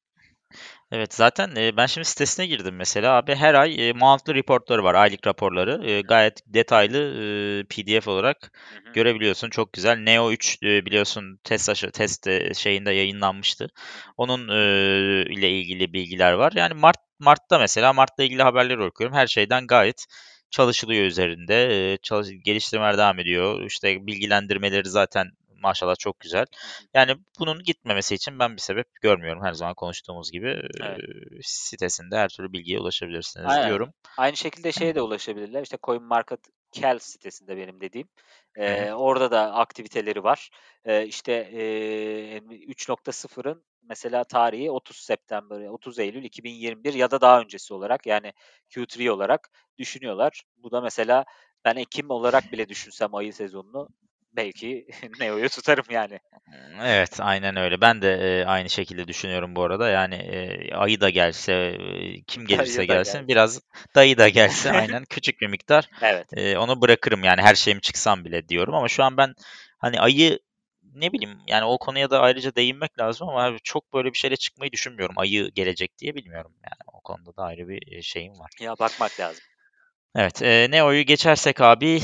Evet, zaten, eee, ben şimdi sitesine girdim mesela abi her ay, eee, monthly report'ları var, aylık raporları. Eee, gayet detaylı, eee, P D F olarak Hı hı. görebiliyorsun. Çok güzel. Neo üç, eee, biliyorsun test aşı test, eee, şeyinde yayınlanmıştı. Hı hı. Onun, eee, ile ilgili bilgiler var. Yani mart mart'ta mesela mart'la ilgili haberleri okuyorum. Her şeyden gayet çalışılıyor üzerinde. Eee, çalış geliştirmeler devam ediyor. İşte bilgilendirmeleri zaten maşallah çok güzel. Hı hı. Yani bunun gitmemesi için ben bir sebep görmüyorum. Her zaman konuştuğumuz gibi, Evet. eee, sitesinde her türlü bilgiye ulaşabilirsiniz Aynen. diyorum. Aynı şekilde şeye de ulaşabilirler. İşte CoinMarketCal sitesinde benim dediğim. Hı hı. Eee, orada da aktiviteleri var. Eee, işte, eee, üç nokta sıfırın mesela tarihi otuz September, otuz Eylül iki bin yirmi bir ya da daha öncesi olarak yani Q üç olarak düşünüyorlar. Bu da mesela ben ekim olarak bile düşünsem ayı sezonunu belki Neo'yu tutarım yani. Evet, aynen öyle. Ben de, eee, aynı şekilde düşünüyorum bu arada. Yani, eee, ayı da gelse, eee, kim gelirse Dayı da gelsin gelsin. biraz dayı da gelse aynen küçük bir miktar, Evet. eee, onu bırakırım yani her şeyim çıksam bile diyorum ama şu an ben, hani, ayı ne bileyim, yani o konuya da ayrıca değinmek lazım ama abi çok böyle bir şeyle çıkmayı düşünmüyorum. Ayı gelecek diye bilmiyorum yani. O konuda da ayrı bir, eee, şeyim var. Ya, bakmak lazım. Evet, eee, Neo'yu geçersek abi,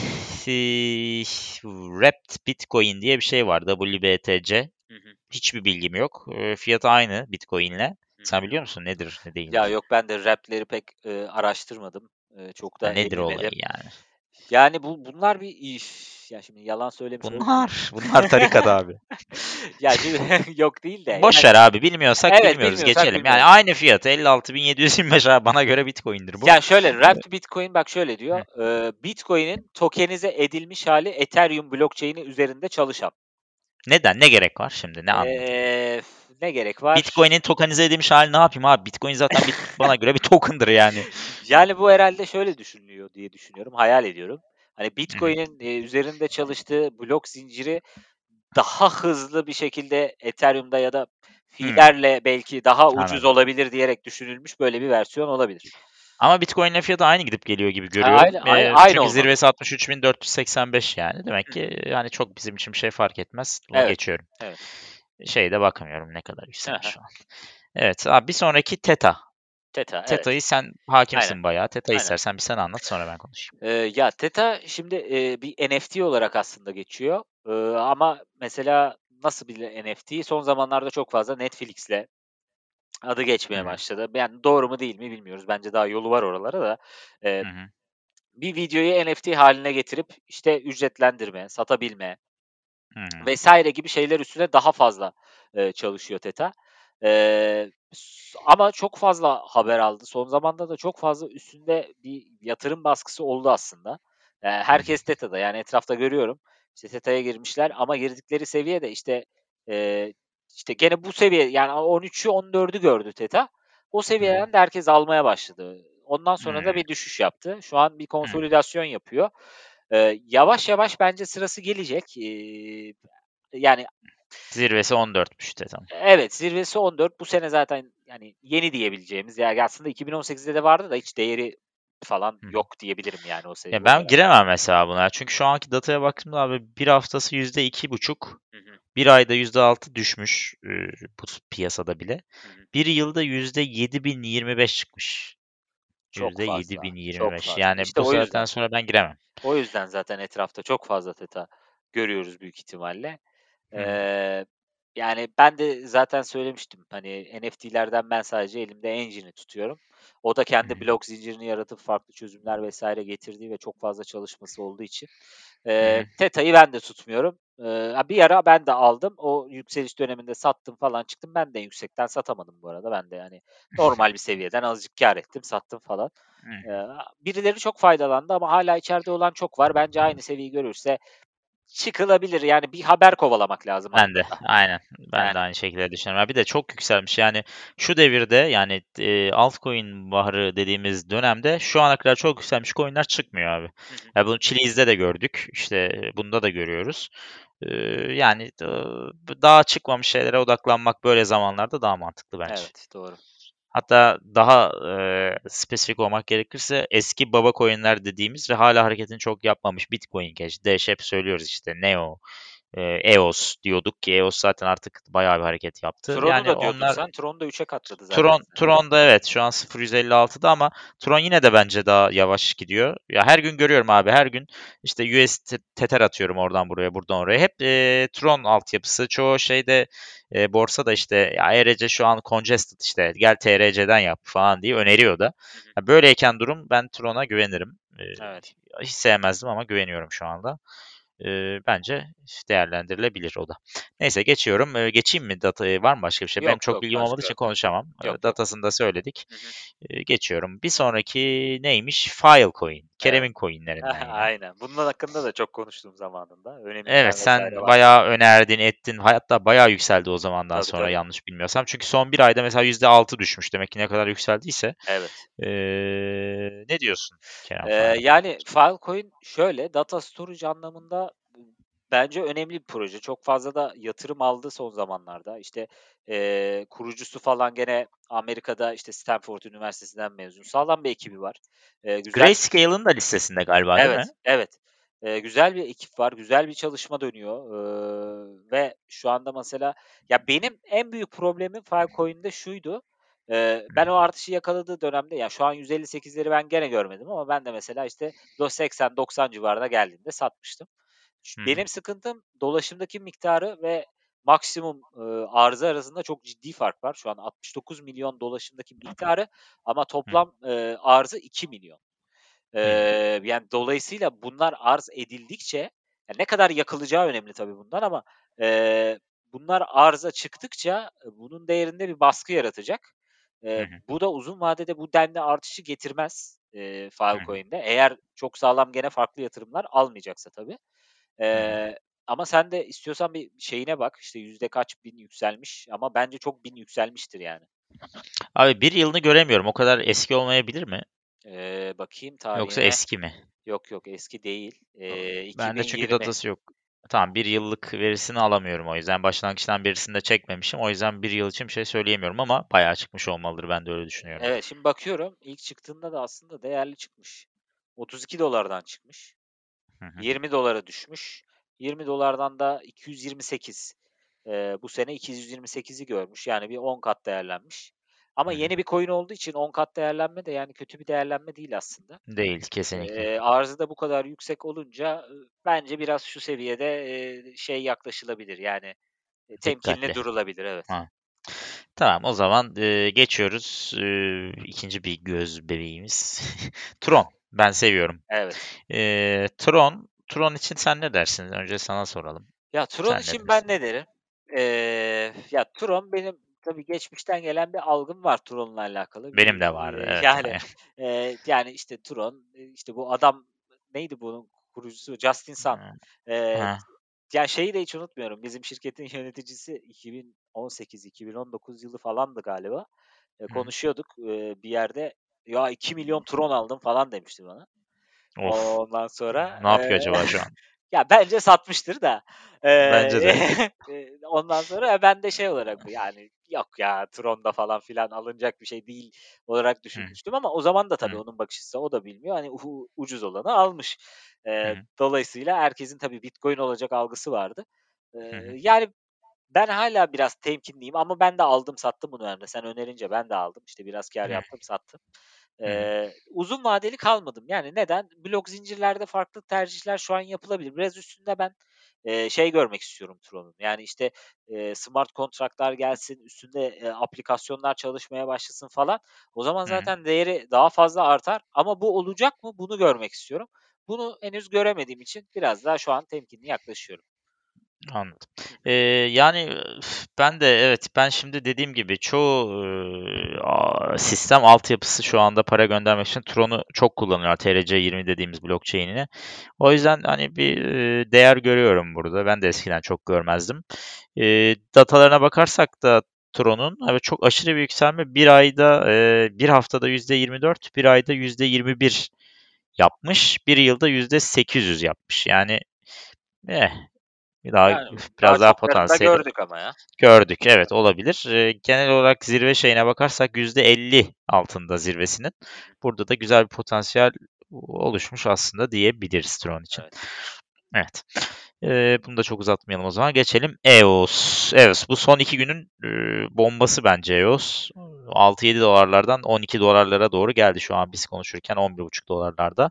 iii, Wrapped Bitcoin diye bir şey var, W B T C. Hı hı. Hiçbir bilgim yok. Eee, fiyatı aynı Bitcoin'le. Hı Sen hı. biliyor musun nedir, ne Ya, değildir? yok ben de rap'leri pek, eee, araştırmadım. Eee, çok Ha, da nedir olayı ellemedim. yani? Yani, bu bunlar bir iş. Ya, şimdi yalan söylemiş olmayayım. Bunlar, bunlar tarikat abi. Ya, şimdi yok değil de Boş yani ver abi, bilmiyorsak evet, bilmiyoruz, bilmiyorsak geçelim. Yani bilmiyoruz. aynı fiyatı elli altı bin yedi yüz yirmi beş abi bana göre Bitcoin'dir bu. Ya, şöyle Wrapped Bitcoin bak şöyle diyor, Hı. eee, Bitcoin'in tokenize edilmiş hâli Ethereum blockchain'i üzerinde çalışan. Neden? Ne gerek var şimdi? Ne anladın? Eee, ne gerek var? Bitcoin'in tokenize edilmiş hâli ne yapayım abi? Bitcoin zaten bir bana göre bir token'dır yani. Yani, bu herhâlde şöyle düşünülüyor diye düşünüyorum, hayal ediyorum. Hani, Hı hı. Bitcoin'in, eee, üzerinde çalıştığı blok zinciri daha hızlı bir şekilde Ethereum'da ya da Hımm, filerle belki daha ucuz anladım. olabilir diyerek düşünülmüş böyle bir versiyon olabilir. Ama Bitcoin'le fiyatı aynı gidip geliyor gibi Ha, görüyorum. aynı ay Eee, aynı çünkü olmalı. zirvesi altmış üç bin dört yüz seksen beş yani. Demek Hı ki, hı. yani, çok bizim için bir şey fark etmez. Bunu Evet, geçiyorum. evet. Şeye de bakmıyorum ne kadar Hı yükselmiş hı. şu an. Evet, abi bir sonraki Theta. Theta, evet. Theta'yı sen Aynen, hakimsin bayağı. Theta aynen. istersen bir sen anlat sonra ben konuşayım. Eee, ya, Theta şimdi, eee, bir N F T olarak aslında geçiyor. Iıı, ama mesela nasıl bir N F T? Son zamanlarda çok fazla Netflix'le adı Hı geçmeye hı. başladı. Yani doğru mu değil mi bilmiyoruz. Bence daha yolu var oralara da. Eee, Hı hı. bir videoyu N F T hâline getirip, işte, ücretlendirme, satabilme Hı hı. vesaire gibi şeyler üstüne daha fazla, eee, çalışıyor Theta. Eee, s ama çok fazla haber aldı. Son zamanda da çok fazla üstünde bir yatırım baskısı oldu aslında. Eee, Hı hı. herkes Theta'da, yani etrafta görüyorum. İşte Theta'ya girmişler ama girdikleri seviye de işte, eee, işte gene bu seviye yani on üçü on dördü gördü Theta. O Hı hı. seviyeden de herkes almaya başladı. Ondan sonra da Hımm. bir düşüş yaptı. Şu an bir Hı. konsolidasyon yapıyor. Eee, yavaş yavaş bence sırası gelecek. Eee, yani Zirvesi on dörtmüş Theta'nın. evet, zirvesi on dört. Bu sene zaten yani yeni diyebileceğimiz, yani aslında iki bin on sekizde de vardı da hiç değeri falan Hı hı. yok diyebilirim yani o se Ya, o ben dönem. giremem mesela buna. Çünkü şu anki dataya baktığımda abi bir haftası yüzde iki buçuk. Hı hı. Bir ayda yüzde altı düşmüş e, bu piyasada bile. Hı hı. Bir yılda yüzde yedi bin yirmi beş çıkmış. Çok Yüzde yedi fazla, bin yirmi çok beş. fazla. Yani İşte bu o saatten yüzden. sonra ben giremem. O yüzden zaten etrafta çok fazla Theta görüyoruz büyük ihtimalle. Hı hı. Eee, yani ben de zaten söylemiştim. Hani N F T'lerden ben sadece elimde Engine'i tutuyorum. O da Hı kendi hı. blok zincirini yaratıp farklı çözümler vesaire getirdiği ve çok fazla çalışması olduğu için. Hı Eee hı. Theta'yı ben de tutmuyorum. Eee, ha bir ara ben de aldım. O yükseliş döneminde sattım falan çıktım. Ben de yüksekten satamadım bu arada. Ben de yani normal bir seviyeden azıcık kâr ettim, sattım falan. Hı hı. Eee, birileri çok faydalandı ama hâlâ içeride olan çok var. Bence aynı seviyeyi görürse çıkılabilir. Yani bir haber kovalamak lazım Ben de, aslında. aynen. Ben de Yani. aynı şekilde düşünüyorum. Ya bir de çok yükselmiş. Yani şu devirde yani eee, altcoin baharı dediğimiz dönemde şu ana kadar çok yükselmiş coin'ler çıkmıyor abi. Hı hı. Ya bunu Chili's'de de gördük. İşte bunda da görüyoruz. Eee, yani ııı, daha çıkmamış şeylere odaklanmak böyle zamanlarda daha mantıklı bence. Evet, doğru. Hatta daha eee, spesifik olmak gerekirse eski baba coin'ler dediğimiz ve hala hareketini çok yapmamış Bitcoin Cash, Dash hep söylüyoruz işte Neo, eee, E O S diyorduk ki E O S zaten artık bayağı bir hareket yaptı. Tron'u Yani da diyordun onlar sen. Tron da üçe katladı zaten Tron sene. Tron'da evet şu an sıfır virgül yüz elli altıda ama Tron yine de bence daha yavaş gidiyor. Ya her gün görüyorum abi her gün işte U S T Tether atıyorum oradan buraya buradan oraya. Hep eee, Tron altyapısı. Çoğu şeyde eee, borsa da işte ya E R C şu an congested işte gel T R C'den yap falan diye öneriyor da. Hı hı. Ya böyleyken durum ben Tron'a güvenirim. Eee, Evet. hiç sevmezdim ama güveniyorum şu anda. Eee, bence değerlendirilebilir o da. Neyse geçiyorum. Eee, geçeyim mi dataya? Var mı başka bir şey? Benim Yok, çok yok. bilgim olmadığı Başka için yok. konuşamam. Eee, Yok, yok. datasını da söyledik. Hı hı. Eee, geçiyorum. Bir sonraki neymiş? Filecoin. Evet. Kerem'in coin'lerinden yine. Aynen. Bunun hakkında da çok konuştum zamanında. Evet Öneminden vesaire sen bahsettim. bayağı önerdin, ettin. Hatta bayağı yükseldi o zamandan Tabii, sonra tabii. yanlış bilmiyorsam. Çünkü son bir ayda mesela yüzde altı düşmüş. Demek ki ne kadar yükseldiyse. Evet. Eee, ne diyorsun Kerem Eee, Filecoin yani için? Filecoin şöyle, data storage anlamında bence önemli bir proje. Çok fazla da yatırım aldı son zamanlarda. İşte, eee, kurucusu falan gene Amerika'da, işte, Stanford Üniversitesi'nden mezun. Sağlam bir ekibi var. Eee, güzel. Grayscale'ın da listesinde galiba değil mi? Evet, evet. Eee, güzel bir ekip var, güzel bir çalışma dönüyor, ııı, ve şu anda mesela ya, benim en büyük problemim Filecoin'de şuydu: Eee, Hı ben o hı. artışı yakaladığı dönemde ya, şu an yüz elli sekizleri ben gene görmedim ama ben de mesela, işte, do seksen doksan civarına geldiğinde satmıştım. Ş Hı hı. benim sıkıntım dolaşımdaki miktarı ve maksimum, ııı, arzı arasında çok ciddi fark var. Şu an altmış dokuz milyon dolaşımdaki miktarı ama Hı. toplam, eee, arzı iki milyon. Hımm. Eee, yani, dolayısıyla bunlar arz edildikçe ya, ne kadar yakılacağı önemli tabii bundan ama, eee, bunlar arıza çıktıkça, eee, bunun değerinde bir baskı yaratacak. Hı Eee, hı. bu da uzun vadede bu denli artışı getirmez, eee, Hı hı. Filecoin'de. Eğer çok sağlam gene farklı yatırımlar almayacaksa tabii. Hı hı. Eee, ama sen de istiyorsan bir şeyine bak, işte, yüzde kaç bin yükselmiş ama bence çok bin yükselmiştir yani. Abi bir yılını göremiyorum. O kadar eski olmayabilir mi? Eee, bakayım Yoksa tarihine. eski mi? Yok, yok, eski değil. Eee, Bende çünkü iki bin yirmi. datası yok. Tamam bir yıllık verisini alamıyorum o yüzden. Başlangıçtan birisini de çekmemişim. O yüzden bir yıl için bir şey söyleyemiyorum ama bayağı çıkmış olmalıdır. Ben de öyle düşünüyorum. Evet, şimdi bakıyorum, ilk çıktığında da aslında değerli çıkmış. otuz iki dolardan çıkmış. Hı hı. yirmi dolara düşmüş. yirmi dolardan da iki yüz yirmi sekiz. Eee, bu sene iki yüz yirmi sekizi görmüş. Yani bir on kat değerlenmiş. Ama Hı hı. yeni bir coin olduğu için on kat değerlenme de yani kötü bir değerlenme değil aslında. Değil kesinlikle. Eee, arzı da bu kadar yüksek olunca, ııı, bence biraz şu seviyede, eee, şey yaklaşılabilir, yani, eee, temkinli Dikkatli. durulabilir, evet. Ha. Tamam o zaman eee, geçiyoruz. Eee, ikinci bir göz bebeğimiz. Tron. Ben seviyorum. Evet. Eee, Tron. Tron için sen ne dersin? Önce sana soralım. Ya, Tron Sen ne için ben dersin? ne derim? Eee, ya, Tron benim tabii geçmişten gelen bir algım var Tron'la alakalı. Bir, Benim de vardı. eee, Evet. yani, eee, yani, işte, Tron, eee, işte, bu adam neydi bunun kurucusu? Justin Sun. Eee, Ha. ya, şeyi de hiç unutmuyorum. Bizim şirketin yöneticisi iki bin on sekiz iki bin on dokuz yılı falandı galiba. Eee, Hı. konuşuyorduk, eee, bir yerde. "Ya, iki milyon Tron aldım." falan demişti bana. Of. Ondan sonra, Ne yapıyor eee, acaba şu an? ya, bence satmıştır da. Bence Eee, de. eee, ondan sonra ben de şey olarak, yani, yok ya Tron'da falan filan alınacak bir şey değil olarak Hı. düşünmüştüm ama o zaman da tabii Hı. onun bakış açısı, o da bilmiyor. Hani, u ucuz olanı almış. Hı Eee, hı. dolayısıyla herkesin tabii Bitcoin olacak algısı vardı. Hı Eee, hı. yani Ben hâlâ biraz temkinliyim ama ben de aldım sattım bunu Emre. Sen önerince ben de aldım. İşte biraz kâr Hıh. yaptım, sattım. Hı hı. Eee, uzun vadeli kalmadım. Yani neden? Blok zincirlerde farklı tercihler şu an yapılabilir. Biraz üstünde ben, eee, şey görmek istiyorum Tron'un. Yani, işte, eee, smart kontratlar gelsin, üstünde, eee, aplikasyonlar çalışmaya başlasın falan. O zaman Hı hı. zaten değeri daha fazla artar ama bu olacak mı? Bunu görmek istiyorum. Bunu henüz göremediğim için biraz daha şu an temkinli yaklaşıyorum. Anladım. Hı Eee, hı. yani, üf, ben de evet, ben şimdi dediğim gibi çoğu, ııı, aaa, sistem altyapısı şu anda para göndermek için Tron'u çok kullanıyorlar. T R C yirmi dediğimiz blockchain'ini. O yüzden, hani, bir, eee, değer görüyorum burada. Ben de eskiden çok görmezdim. Eee, datalarına bakarsak da Tron'un, evet, çok aşırı bir yükselme bir ayda, eee, bir haftada yüzde yirmi dört, bir ayda yüzde yirmi bir yapmış, bir yılda yüzde sekiz yüz yapmış. Yani, eh, bir daha Yani, daha biraz daha çoklarını da potansiyeli gördük ama ya. gördük. Evet, olabilir. Eee, genel olarak zirve şeyine bakarsak yüzde elli altında zirvesinin. Hı hı. Burada da güzel bir potansiyel oluşmuş aslında diyebiliriz Tron için. Evet. Evet. Eee, bunu da çok uzatmayalım o zaman. Geçelim E O S. Evet, bu son iki günün, eee, bombası bence E O S. altı yedi dolarlardan on iki dolarlara doğru geldi şu an biz konuşurken on bir buçuk dolarlarda.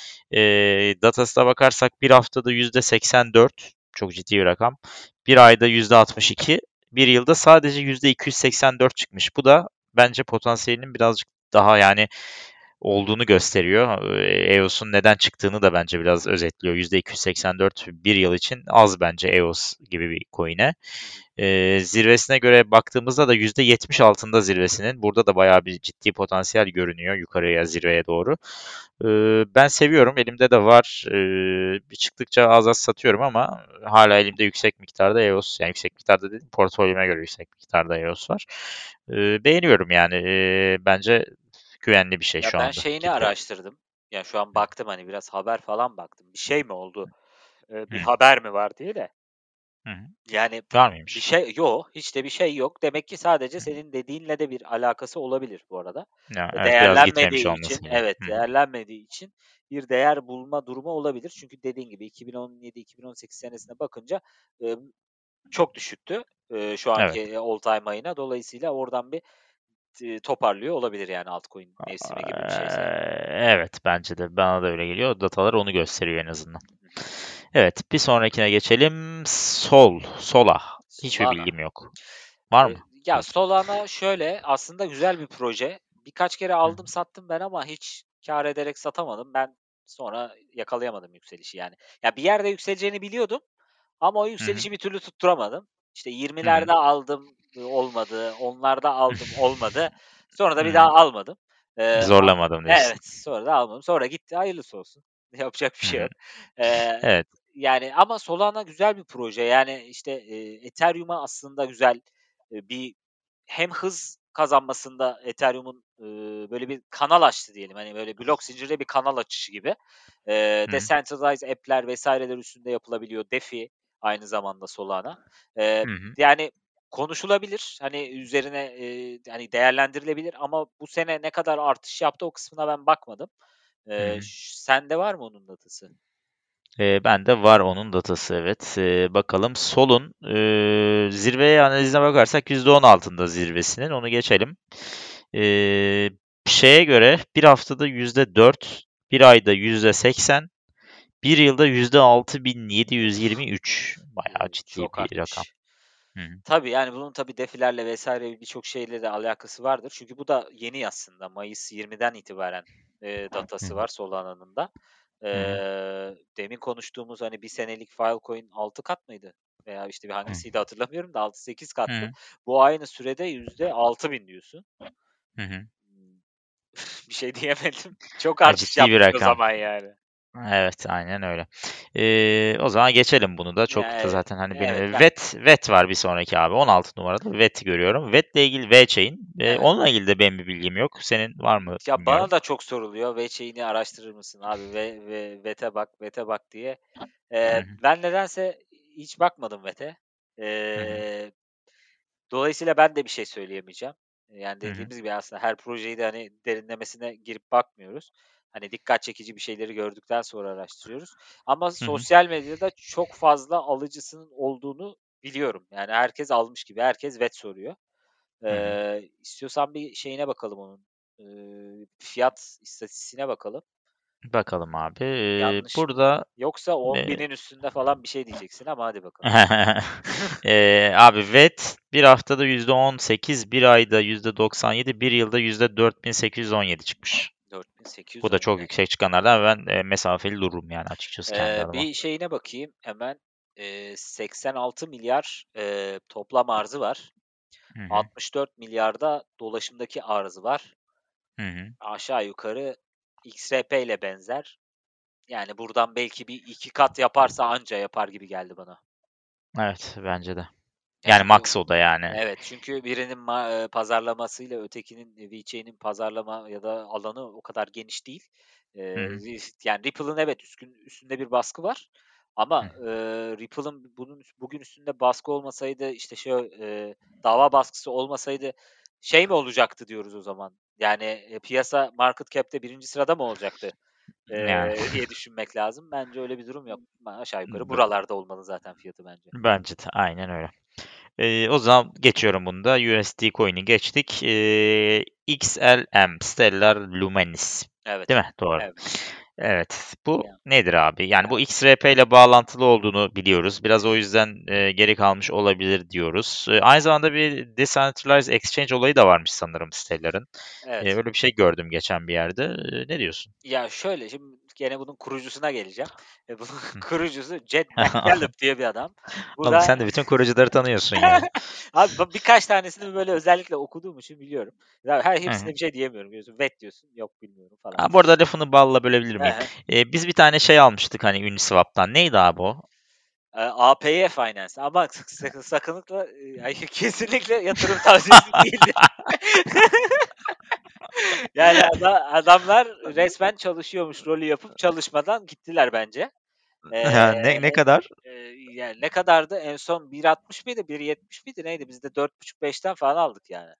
Eee, datasına bakarsak bir haftada yüzde seksen dört, çok ciddi bir rakam. Bir ayda yüzde altmış iki, bir yılda sadece yüzde iki yüz seksen dört çıkmış. Bu da bence potansiyelinin birazcık daha, yani, olduğunu gösteriyor. Eee, E O S'un neden çıktığını da bence biraz özetliyor. yüzde iki yüz seksen dört bir yıl için az bence E O S gibi bir coin'e. Hı hı. Eee, zirvesine göre baktığımızda da yüzde yetmiş altında zirvesinin. Burada da bayağı bir ciddi potansiyel görünüyor yukarıya, zirveye doğru. Eee, ben seviyorum. Elimde de var. Eee, çıktıkça az az satıyorum ama hala elimde yüksek miktarda E O S, yani yüksek miktarda dedim, portföyüme göre yüksek miktarda E O S var. Eee, beğeniyorum yani. Eee, bence güvenli bir şey Ya, şu ben anda şeyini gibi. araştırdım. Ya, şu an Hı baktım, hani, biraz haber falan baktım. Bir şey mi oldu, eee, bir hı. haber mi var diye de. Hı hı. Yani, Var bir mıymış? şey yo, hiç de bir şey yok. Demek ki sadece Hı. senin dediğinle de bir alakası olabilir bu arada. Ya, E, evet, biraz gitmemiş değerlenmediği için olması gerekiyor. evet, Hı hı. değerlenmediği için bir değer bulma durumu olabilir. Çünkü dediğin gibi iki bin on yedi iki bin on sekiz senesine bakınca, emm, çok düşüktü, eee, şu Evet. anki all time high'ına. Dolayısıyla oradan bir t toparlıyor olabilir yani altcoin mevsimi gibi bir şeyse. Eee, evet, bence de. Bana da öyle geliyor. Datalar onu gösteriyor en azından. Hı hı. Evet, bir sonrakine geçelim. Sol, Sola. Hiçbir Solana. bilgim yok. Var Eee, mı ya, bilgin? Solana şöyle, aslında güzel bir proje. Birkaç kere Hı hı. aldım sattım ben ama hiç kâr ederek satamadım. Ben sonra yakalayamadım yükselişi yani. Ya, bir yerde yükseleceğini biliyordum ama o Hı hı. yükselişi bir türlü tutturamadım. İşte Hı hı. yirmilerde aldım, ııı, olmadı. onlarda aldım, olmadı. Sonra da Hı bir hı. daha almadım. Eee, a Zorlamadım diyorsun. evet, sonra da almadım. Sonra gitti, hayırlısı olsun. Yapacak bir Hı şey hı. yok. Eee, Evet. yani ama Solana güzel bir proje. Yani, işte, eee, Ethereum'a aslında güzel, eee, bir hem hız kazanmasında Ethereum'un, ııı, böyle bir kanal açtı diyelim. Hani, böyle blok zincirde bir kanal açışı gibi. Eee, Hı hı. decentralized app'ler vesaireler üstünde yapılabiliyor. DeFi aynı zamanda Solana. Eee, Hı hı. yani konuşulabilir. Hani, üzerine, eee, hani, değerlendirilebilir ama bu sene ne kadar artış yaptı o kısmına ben bakmadım. Hı Eee, hı. ş sende var mı onun datası? Eee, bende var onun datası, evet. Eee, bakalım Sol'un, eee, zirve analizine bakarsak yüzde on altında zirvesinin, onu geçelim. Eee, şeye göre bir haftada yüzde dört, bir ayda yüzde seksen, bir yılda yüzde altı bin yedi yüz yirmi üç. Bayağı O! ciddi Çok bir rakam. artmış. Hı hı. Tabii, yani, bunun tabii defilerle vesaire birçok şeyle de alakası vardır. Çünkü bu da yeni aslında. Mayıs yirmiden itibaren, eee, Hı datası hı. var Solana'nın da. Hı hı. Eee, demin konuştuğumuz, hani, bir senelik Filecoin altı kat mıydı? Veya, işte, bir Hı. hangisiydi hatırlamıyorum da altı sekiz Hı kattı. hı. Bu aynı sürede yüzde altı bin diyorsun. Hı hı. Imm, bir şey diyemedim. Çok Ha, artış ciddi bir yapmış o rakam. zaman yani. Evet, aynen öyle. Eee, o zaman geçelim bunu da. Ya, Çok da evet. zaten, hani, benim Evet, eee, ben VET VET var bir sonraki abi. on altı numarada VET görüyorum. VET'le ilgili VeChain. Eee, evet. onunla ilgili de benim bir bilgim yok. Senin var mı Ya, bana bilmiyorum. da çok soruluyor, "VeChain'i araştırır mısın abi? Ve ve VeT'e bak, VeT'e bak." diye. Hı Eee, hı. ben nedense hiç bakmadım VeT'e. Hı hı. Eee, dolayısıyla ben de bir şey söyleyemeyeceğim. Yani, Hı hı. dediğimiz gibi aslında her projeyi de, hani, derinlemesine girip bakmıyoruz. Hani, dikkat çekici bir şeyleri gördükten sonra araştırıyoruz. Ama Hı hı. sosyal medyada çok fazla alıcısının olduğunu biliyorum. Yani herkes almış gibi. Herkes V E T soruyor. Hı hı. Eee, istiyorsan bir şeyine bakalım onun. Eee, fiyat istatistiğine bakalım. Bakalım abi. Eee, Yanlış mı? burada Yoksa on eee binin üstünde falan bir şey diyeceksin ama hadi bakalım. Eee, abi V E T bir haftada yüzde on sekiz, bir ayda yüzde doksan yedi, bir yılda yüzde dört bin sekiz yüz on yedi çıkmış. Bu da çok dört bin sekiz yüz on yedi. yüksek çıkanlardan ve ben, eee, mesafeli dururum yani açıkçası kendi Eee, adıma. bir şeyine bakayım hemen. Eee, seksen altı milyar eee, toplam arzı var. Hı hı. altmış dört milyarda dolaşımdaki arzı var. Hı hı. Aşağı yukarı X R P ile benzer. Yani buradan belki bir iki kat yaparsa anca yapar gibi geldi bana. Evet, bence de. Yani Yani bu max o da yani. Evet, çünkü birinin ma eee, pazarlamasıyla ötekinin, eee, VeChain'in pazarlama ya da alanı o kadar geniş değil. Hı Eee, hı. yani Ripple'ın evet üskün üstünde bir baskı var Hı. ama, eee, Ripple'ın bunun üs bugün üstünde baskı olmasaydı, işte, şey, eee, dava baskısı olmasaydı şey mi olacaktı diyoruz o zaman? Yani, eee, piyasa market cap'te birinci sırada mı olacaktı, Yani. eee, diye düşünmek lazım. Bence öyle bir durum yok. Aşağı yukarı B buralarda olmalı zaten fiyatı bence. bence de aynen öyle. Eee, o zaman geçiyorum bunu da. U S D Coin'i geçtik. Eee, X L M, Stellar Luminis. Değil Evet. mi? Doğru. Evet. Evet. Bu Ya, nedir abi? Yani bu ya X R P ile bağlantılı olduğunu biliyoruz. Biraz o yüzden, eee, geri kalmış olabilir diyoruz. Eee, aynı zamanda bir Decentralized Exchange olayı da varmış sanırım Stellar'ın. Eee, evet. öyle bir şey gördüm geçen bir yerde. Eee, ne diyorsun? Ya, şöyle, şimdi gene bunun kurucusuna geleceğim. E, bunun Hı. kurucusu Jed McCaleb diye bir adam. Bu Oğlum da sen de bütün kurucuları tanıyorsun ya. Abi, ba birkaç tanesini böyle özellikle okuduğum için biliyorum. Ya, her Hı hepsine hı. bir şey diyemiyorum biliyorsun. V E T diyorsun, yok bilmiyorum falan. A, bu arada lafını balla bölebilir He miyim? he. Eee, biz bir tane şey almıştık hani Uniswap'tan. Neydi abi o? Eee, A P Y Finance ama sak sakın sakınlıkla, eee, ay, kesinlikle yatırım tavsiyesi değildir. Yani ada adamlar resmen çalışıyormuş rolü yapıp çalışmadan gittiler bence. Ha, Eee, ne ne kadar? eee, yani ne kadardı? En son bir altmış mıydı, bir yetmiş miydi neydi? Biz de dört buçuk beşten falan aldık yani.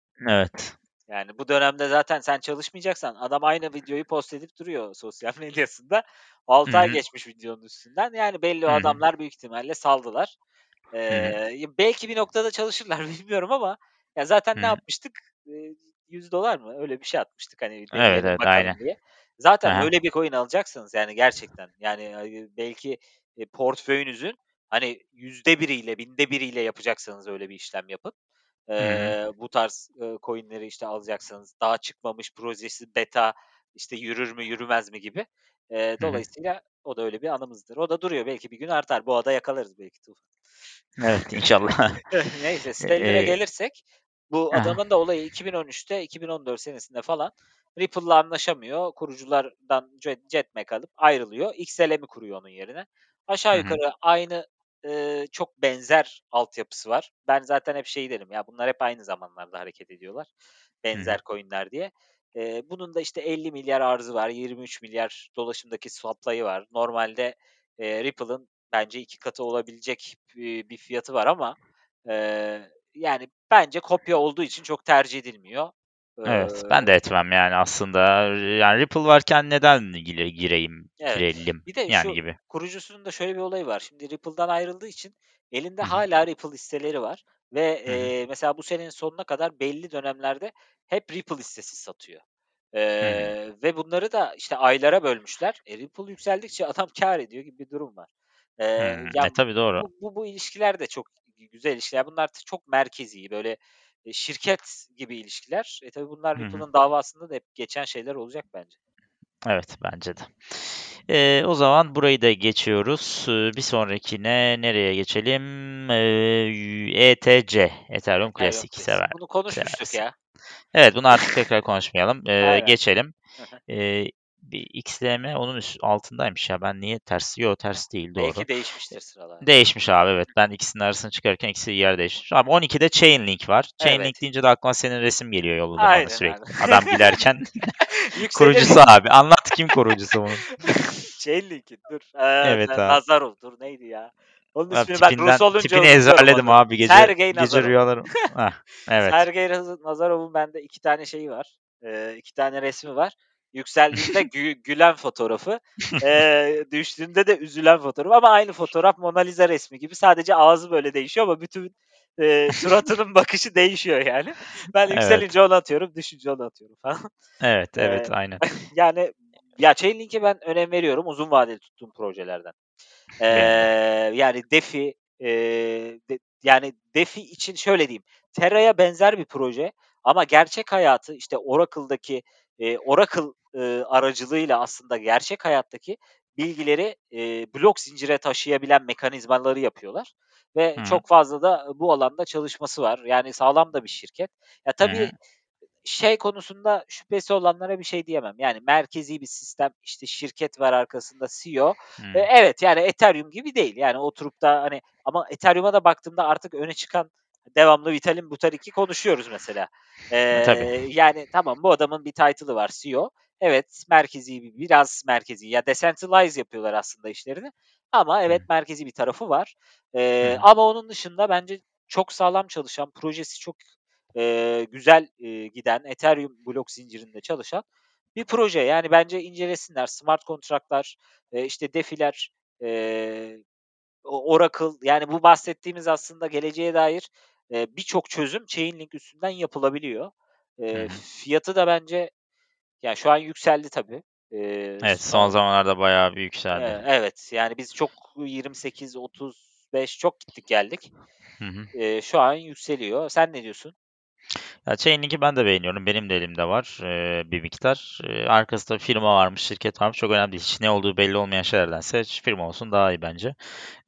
Evet. Yani bu dönemde zaten sen çalışmayacaksan adam aynı videoyu post edip duruyor sosyal medyasında. Hı altı ay hı. geçmiş videonun üstünden. Yani belli o Hı hı. adamlar büyük ihtimalle saldılar. Hı hı. Eee, belki bir noktada çalışırlar bilmiyorum ama ya zaten Hı ne hı. yapmıştık? Eee, yüz dolar mı? Öyle bir şey atmıştık hani Evet, deneyelim evet, aynen. bakalım diye. Hı Zaten hı. öyle bir coin alacaksınız yani gerçekten. Yani, eee, belki, eee, portföyünüzün hani yüzde biriyle, binde biriyle yapacaksanız öyle bir işlem yapın. Hı hı. Eee, bu tarz, ııı, coin'leri, işte, alacaksanız daha çıkmamış, projesi beta, işte, yürür mü yürümez mi gibi. Eee, Hı hı. dolayısıyla o da öyle bir anımızdır. O da duruyor. Belki bir gün artar. Boğada yakalarız belki Tufan. Evet, inşallah. Neyse, Stellar'a Eee gelirsek, bu Hı hı. adamın da olayı iki bin on üçte, iki bin on dört senesinde falan Ripple'la anlaşamıyor. Kuruculardan Jed Jed McCaleb ayrılıyor. X L M'i kuruyor onun yerine. Hı Aşağı hı. yukarı aynı, ııı, çok benzer altyapısı var. Ben zaten hep şey derim, ya bunlar hep aynı zamanlarda hareket ediyorlar, Hı hı. benzer coin'ler diye. Eee, bunun da işte elli milyar arzı var, yirmi üç milyar dolaşımdaki supply'ı var. Normalde, eee, Ripple'ın bence iki katı olabilecek, eee, bir fiyatı var ama, eee, yani bence kopya olduğu için çok tercih edilmiyor. Evet, ben Iıı de etmem yani aslında. Yani Ripple varken neden gire gireyim, Evet. girelim Bir de yani şu gibi. kurucusunun da şöyle bir olayı var. Şimdi Ripple'dan ayrıldığı için elinde Hı hı. hâlâ Ripple hisseleri var ve, Hı hı. eee, mesela bu senenin sonuna kadar belli dönemlerde hep Ripple hissesi satıyor. Hı hı. Eee, ve bunları da, işte, aylara bölmüşler. E, Ripple yükseldikçe adam kâr ediyor gibi bir durum var. Eee, Hımm. ya, E, tabii doğru. bu bu bu ilişkiler de çok güzel ilişkiler. Bunlar t çok merkezi, böyle, eee, şirket gibi ilişkiler. E, tabii bunlar Hı hı. Ripple'ın davasında da hep geçen şeyler olacak bence. Evet, bence de. Eee, o zaman burayı da geçiyoruz. Iıı, bir sonrakine nereye geçelim? Eee, E T C, Ethereum Ethereum Classic Classic. sever Bunu konuşmuştuk seversin. ya. Evet, bunu artık tekrar konuşmayalım. Eee, Aynen. geçelim. Hı hı. Eee, bir X L M onun üst altındaymış ya. Ben niye ters Yo, ters değil, doğru. Belki değişmiştir sıralar. Değişmiş abi, evet. Ben ikisinin arasını çıkarırken ikisi yer değişmiş. Abi on ikide Chainlink var. Chainlink Evet. deyince de aklıma senin resim geliyor yolladığın bana Aynen abi. sürekli. Adam gülerken. Yükselir. Kurucusu abi. Anlat kim kurucusu bunun? Chainlink'in dur, eee, Evet Na abi. Nazarov dur neydi ya? Onun Abi ismini ben Rus tipinden olunca tipini unutuyorum ezberledim adını. abi gece Sergey gece Nazarov. rüyalarım. Hah, evet. Sergey Naz Nazarov'un bende iki tane şeyi var. Eee, iki tane resmi var. Yükseldiğinde gü gülen fotoğrafı, eee, düştüğünde de üzülen fotoğraf ama aynı fotoğraf Mona Lisa resmi gibi. Sadece ağzı böyle değişiyor ama bütün, eee, suratının bakışı değişiyor yani. Ben Evet. yükselince onu atıyorum, düşünce onu atıyorum falan. Evet, evet, Eee, aynen. yani ya Chainlink'e ben önem veriyorum uzun vadeli tuttuğum projelerden. Eee, Benim de. yani DeFi, eee, de yani DeFi için şöyle diyeyim, Terra'ya benzer bir proje ama gerçek hayatı, işte, Oracle'daki, eee, Oracle, ııı, aracılığıyla aslında gerçek hayattaki bilgileri, eee, blok zincire taşıyabilen mekanizmaları yapıyorlar ve Hı hı. çok fazla da bu alanda çalışması var. Yani sağlam da bir şirket. Ya, Hı hı. tabii şey konusunda şüphesi olanlara bir şey diyemem. Yani merkezi bir sistem, işte, şirket var arkasında, C E O. Hıı. Eee, evet, yani Ethereum gibi değil. Yani oturup da, hani, ama Ethereum'a da baktığımda artık öne çıkan devamlı Vitalik Buterin'i konuşuyoruz mesela. E, tabii. Eee, yani tamam bu adamın bir title'ı var C E O. Evet, merkezi bir biraz merkezi ya decentralize yapıyorlar aslında işlerini ama Hı. evet merkezi bir tarafı var. Hı Eee, hı. ama onun dışında bence çok sağlam çalışan, projesi çok, eee, güzel, eee, giden, Ethereum blok zincirinde çalışan bir proje. Yani bence incelesinler. Smart kontraktlar, eee, işte DeFi'ler, eee, o Oracle yani bu bahsettiğimiz aslında geleceğe dair, eee, birçok çözüm Chainlink üstünden yapılabiliyor. Hı Eee, hı. fiyatı da bence ya şu an yükseldi tabii. Eee, Evet, son son zamanlarda bayağı bir yükseldi. Eee, evet, yani biz çok yirmi sekiz otuz beş çok gittik geldik. Hı hı. Eee, şu an yükseliyor. Sen ne diyorsun? Ya, Chainlink'i ben de beğeniyorum. Benim de elimde var, eee, bir miktar. Eee, arkasında firma varmış, şirket varmış, çok önemli değil. Hiç ne olduğu belli olmayan şeylerdense hiç firma olsun daha iyi bence.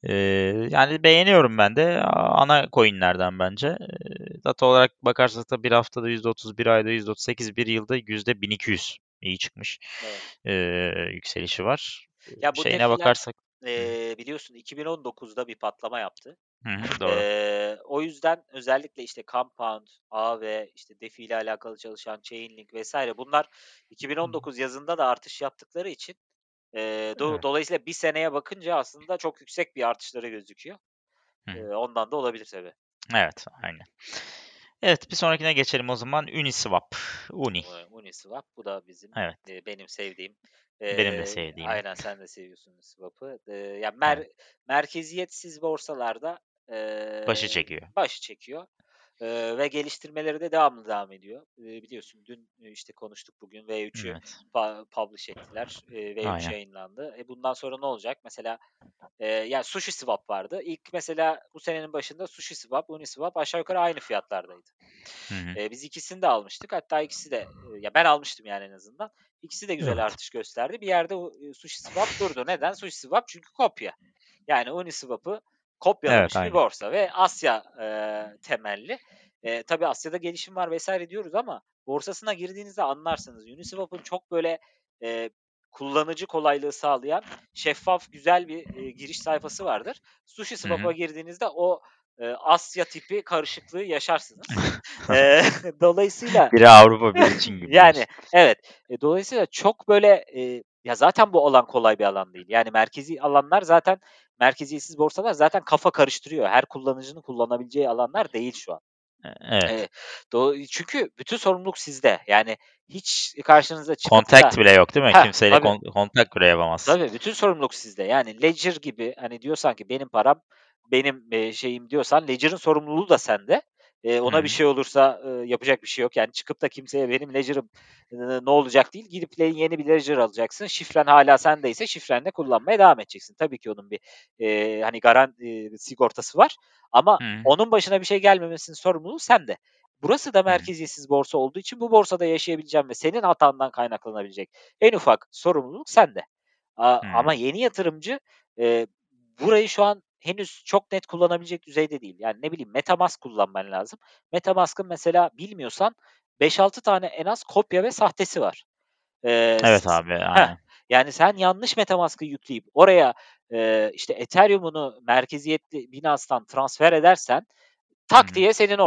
Eee, yani beğeniyorum ben de. A ana coin'lerden bence. Eee, data olarak bakarsak da bir haftada yüzde otuz, bir ayda yüzde otuz sekiz, bir yılda yüzde bin iki yüz iyi çıkmış, Evet. eee, yükselişi var. Eee, Ya bu şeyine DeFi'ler, bakarsak Hı hı. eee, biliyorsun iki bin on dokuzda bir patlama yaptı. Hı hı, doğru. Eee, o yüzden özellikle, işte, Compound, Aave, işte, DeFi ile alakalı çalışan Chainlink vesaire bunlar Hı hı. iki bin on dokuz yazında da artış yaptıkları için, eee, do Evet. dolayısıyla bir seneye bakınca aslında çok yüksek bir artışları gözüküyor. Hı Eee, hı. ondan da olabilir tabii. Evet, aynen. Evet, bir sonrakine geçelim o zaman. Uniswap, Uni. Eee, Uniswap bu da bizim, Evet, eee, benim sevdiğim, benim de eee, sevdiğim. aynen sen de seviyorsun Uniswap'ı. Eee, ya mer Evet, merkeziyetsiz borsalarda, başı eee, çekiyor. baş çekiyor. Eee, ve geliştirmeleri de devamlı devam ediyor. Eee, biliyorsun dün, eee, işte, konuştuk bugün V üçü Evet, pa publish ettiler. Eee, V üç aynen. yayınlandı. E, bundan sonra ne olacak? Mesela, eee, ya SushiSwap vardı. İlk mesela bu senenin başında SushiSwap, Uniswap aşağı yukarı aynı fiyatlardaydı. Hı hı. Eee, biz ikisini de almıştık. Hatta ikisi de, eee, ya ben almıştım yani en azından. İkisi de güzel Evet. artış gösterdi. Bir yerde o, eee, SushiSwap durdu. Neden? SushiSwap çünkü kopya. Yani Uniswap'ı Evet, kopyalamış bir aynen. borsa ve Asya, eee, temelli. Eee, tabii Asya'da gelişim var vesaire diyoruz ama borsasına girdiğinizde anlarsınız. Uniswap'ın çok böyle, eee, kullanıcı kolaylığı sağlayan şeffaf, güzel bir, eee, giriş sayfası vardır. Hı hı. SushiSwap'a girdiğinizde o, eee, Asya tipi karışıklığı yaşarsınız. Eee, dolayısıyla Biri Avrupa, biri Çin gibi yani diyorsun. evet, eee, dolayısıyla çok böyle, eee, ya zaten bu alan kolay bir alan değil. Yani merkezi alanlar zaten merkeziyetsiz borsalar zaten kafa karıştırıyor. Her kullanıcının kullanabileceği alanlar değil şu an. E evet. Eee, do çünkü bütün sorumluluk sizde. Yani hiç karşınıza çıkıp da Contact bile yok değil mi? Heh, Kimseyle tabii. kon contact bile yapamazsın. Tabii, bütün sorumluluk sizde. Yani Ledger gibi, hani, diyorsan ki benim param, benim, eee, şeyim diyorsan Ledger'ın sorumluluğu da sende. Eee, Hı ona bir hı. şey olursa, ııı, yapacak bir şey yok. Yani çıkıp da kimseye benim Ledger'ım, ııı, ne olacak değil. Gidip le yeni bir Ledger alacaksın. Şifren hâlâ sendeyse şifrenle kullanmaya devam edeceksin. Tabii ki onun bir, eee, hani, garan eee, sigortası var ama Hı hı. onun başına bir şey gelmemesinin sorumluluğu sende. Burası da Hı hı. merkeziyetsiz borsa olduğu için bu borsada yaşayabileceğin ve senin hatandan kaynaklanabilecek en ufak sorumluluk sende. Aaa, Hıı. ama yeni yatırımcı, eee, burayı şu an henüz çok net kullanabilecek düzeyde değil. Yani, ne bileyim, MetaMask kullanman lazım. MetaMask'ın mesela bilmiyorsan beş altı tane en az kopya ve sahtesi var. Eee, s Evet s abi, Heh, aynen. yani sen yanlış MetaMask'ı yükleyip oraya, eee, işte, Ethereum'unu merkeziyetli Binance'tan transfer edersen Hı tak hı. diye senin oradan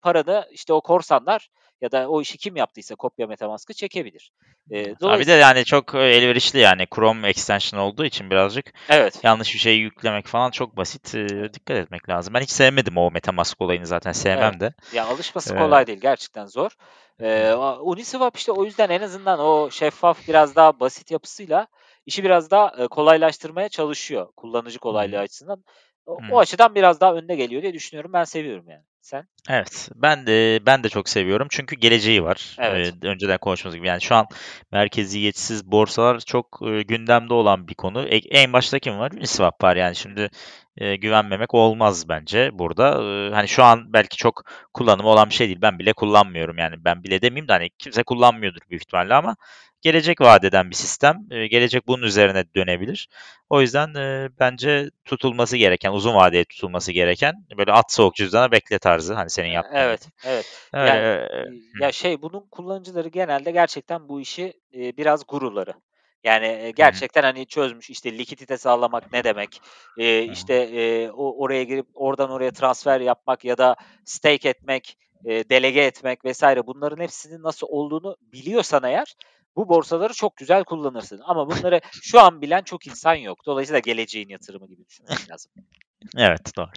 paranı işte o korsanlar ya da o işi kim yaptıysa kopya MetaMask'ı çekebilir. Eee, Ha, bir de dolayısıyla yani çok, eee, elverişli yani Chrome extension olduğu için birazcık Evet. yanlış bir şey yüklemek falan çok basit. Eee, dikkat etmek lazım. Ben hiç sevmedim o MetaMask olayını zaten Evet. sevmem de. Ya, alışması Eee kolay değil, gerçekten zor. Eee, a Uniswap işte o yüzden en azından o şeffaf, biraz daha basit yapısıyla işi biraz daha, eee, kolaylaştırmaya çalışıyor kullanıcı Hı hı. kolaylığı açısından. O Hı o hı. açıdan biraz daha önde geliyor diye düşünüyorum. Ben seviyorum yani. Sen? Evet, ben de ben de çok seviyorum çünkü geleceği var. Eee, Evet. önceden konuştuğumuz gibi yani şu an merkeziyetsiz borsalar çok, eee, gündemde olan bir konu. E en başta kim var? Uniswap var yani şimdi, eee, güvenmemek olmaz bence burada. Eee, hani şu an belki çok kullanımı olan bir şey değil. Ben bile kullanmıyorum yani ben bile demeyeyim de hani kimse kullanmıyordur büyük ihtimalle ama gelecek vaat eden bir sistem. Eee, gelecek bunun üzerine dönebilir. O yüzden, eee, bence tutulması gereken, uzun vadeye tutulması gereken, böyle at soğuk cüzdana bekle tarzı, hani senin E yaptığın gibi. evet, evet. Öyle, Yani, eee iii, Hı. ya, şey, bunun kullanıcıları genelde gerçekten bu işi, eee, biraz guruları. Yani, eee, Hı hı. gerçekten, hani, çözmüş, işte, likidite sağlamak ne demek, eee, Hı hı. işte, eee, o oraya girip oradan oraya transfer yapmak ya da stake etmek, eee, delege etmek vesaire bunların hepsinin nasıl olduğunu biliyorsan eğer bu borsaları çok güzel kullanırsın ama bunları şu an bilen çok insan yok. Dolayısıyla geleceğin yatırımı gibi düşünmek lazım. Evet, doğru.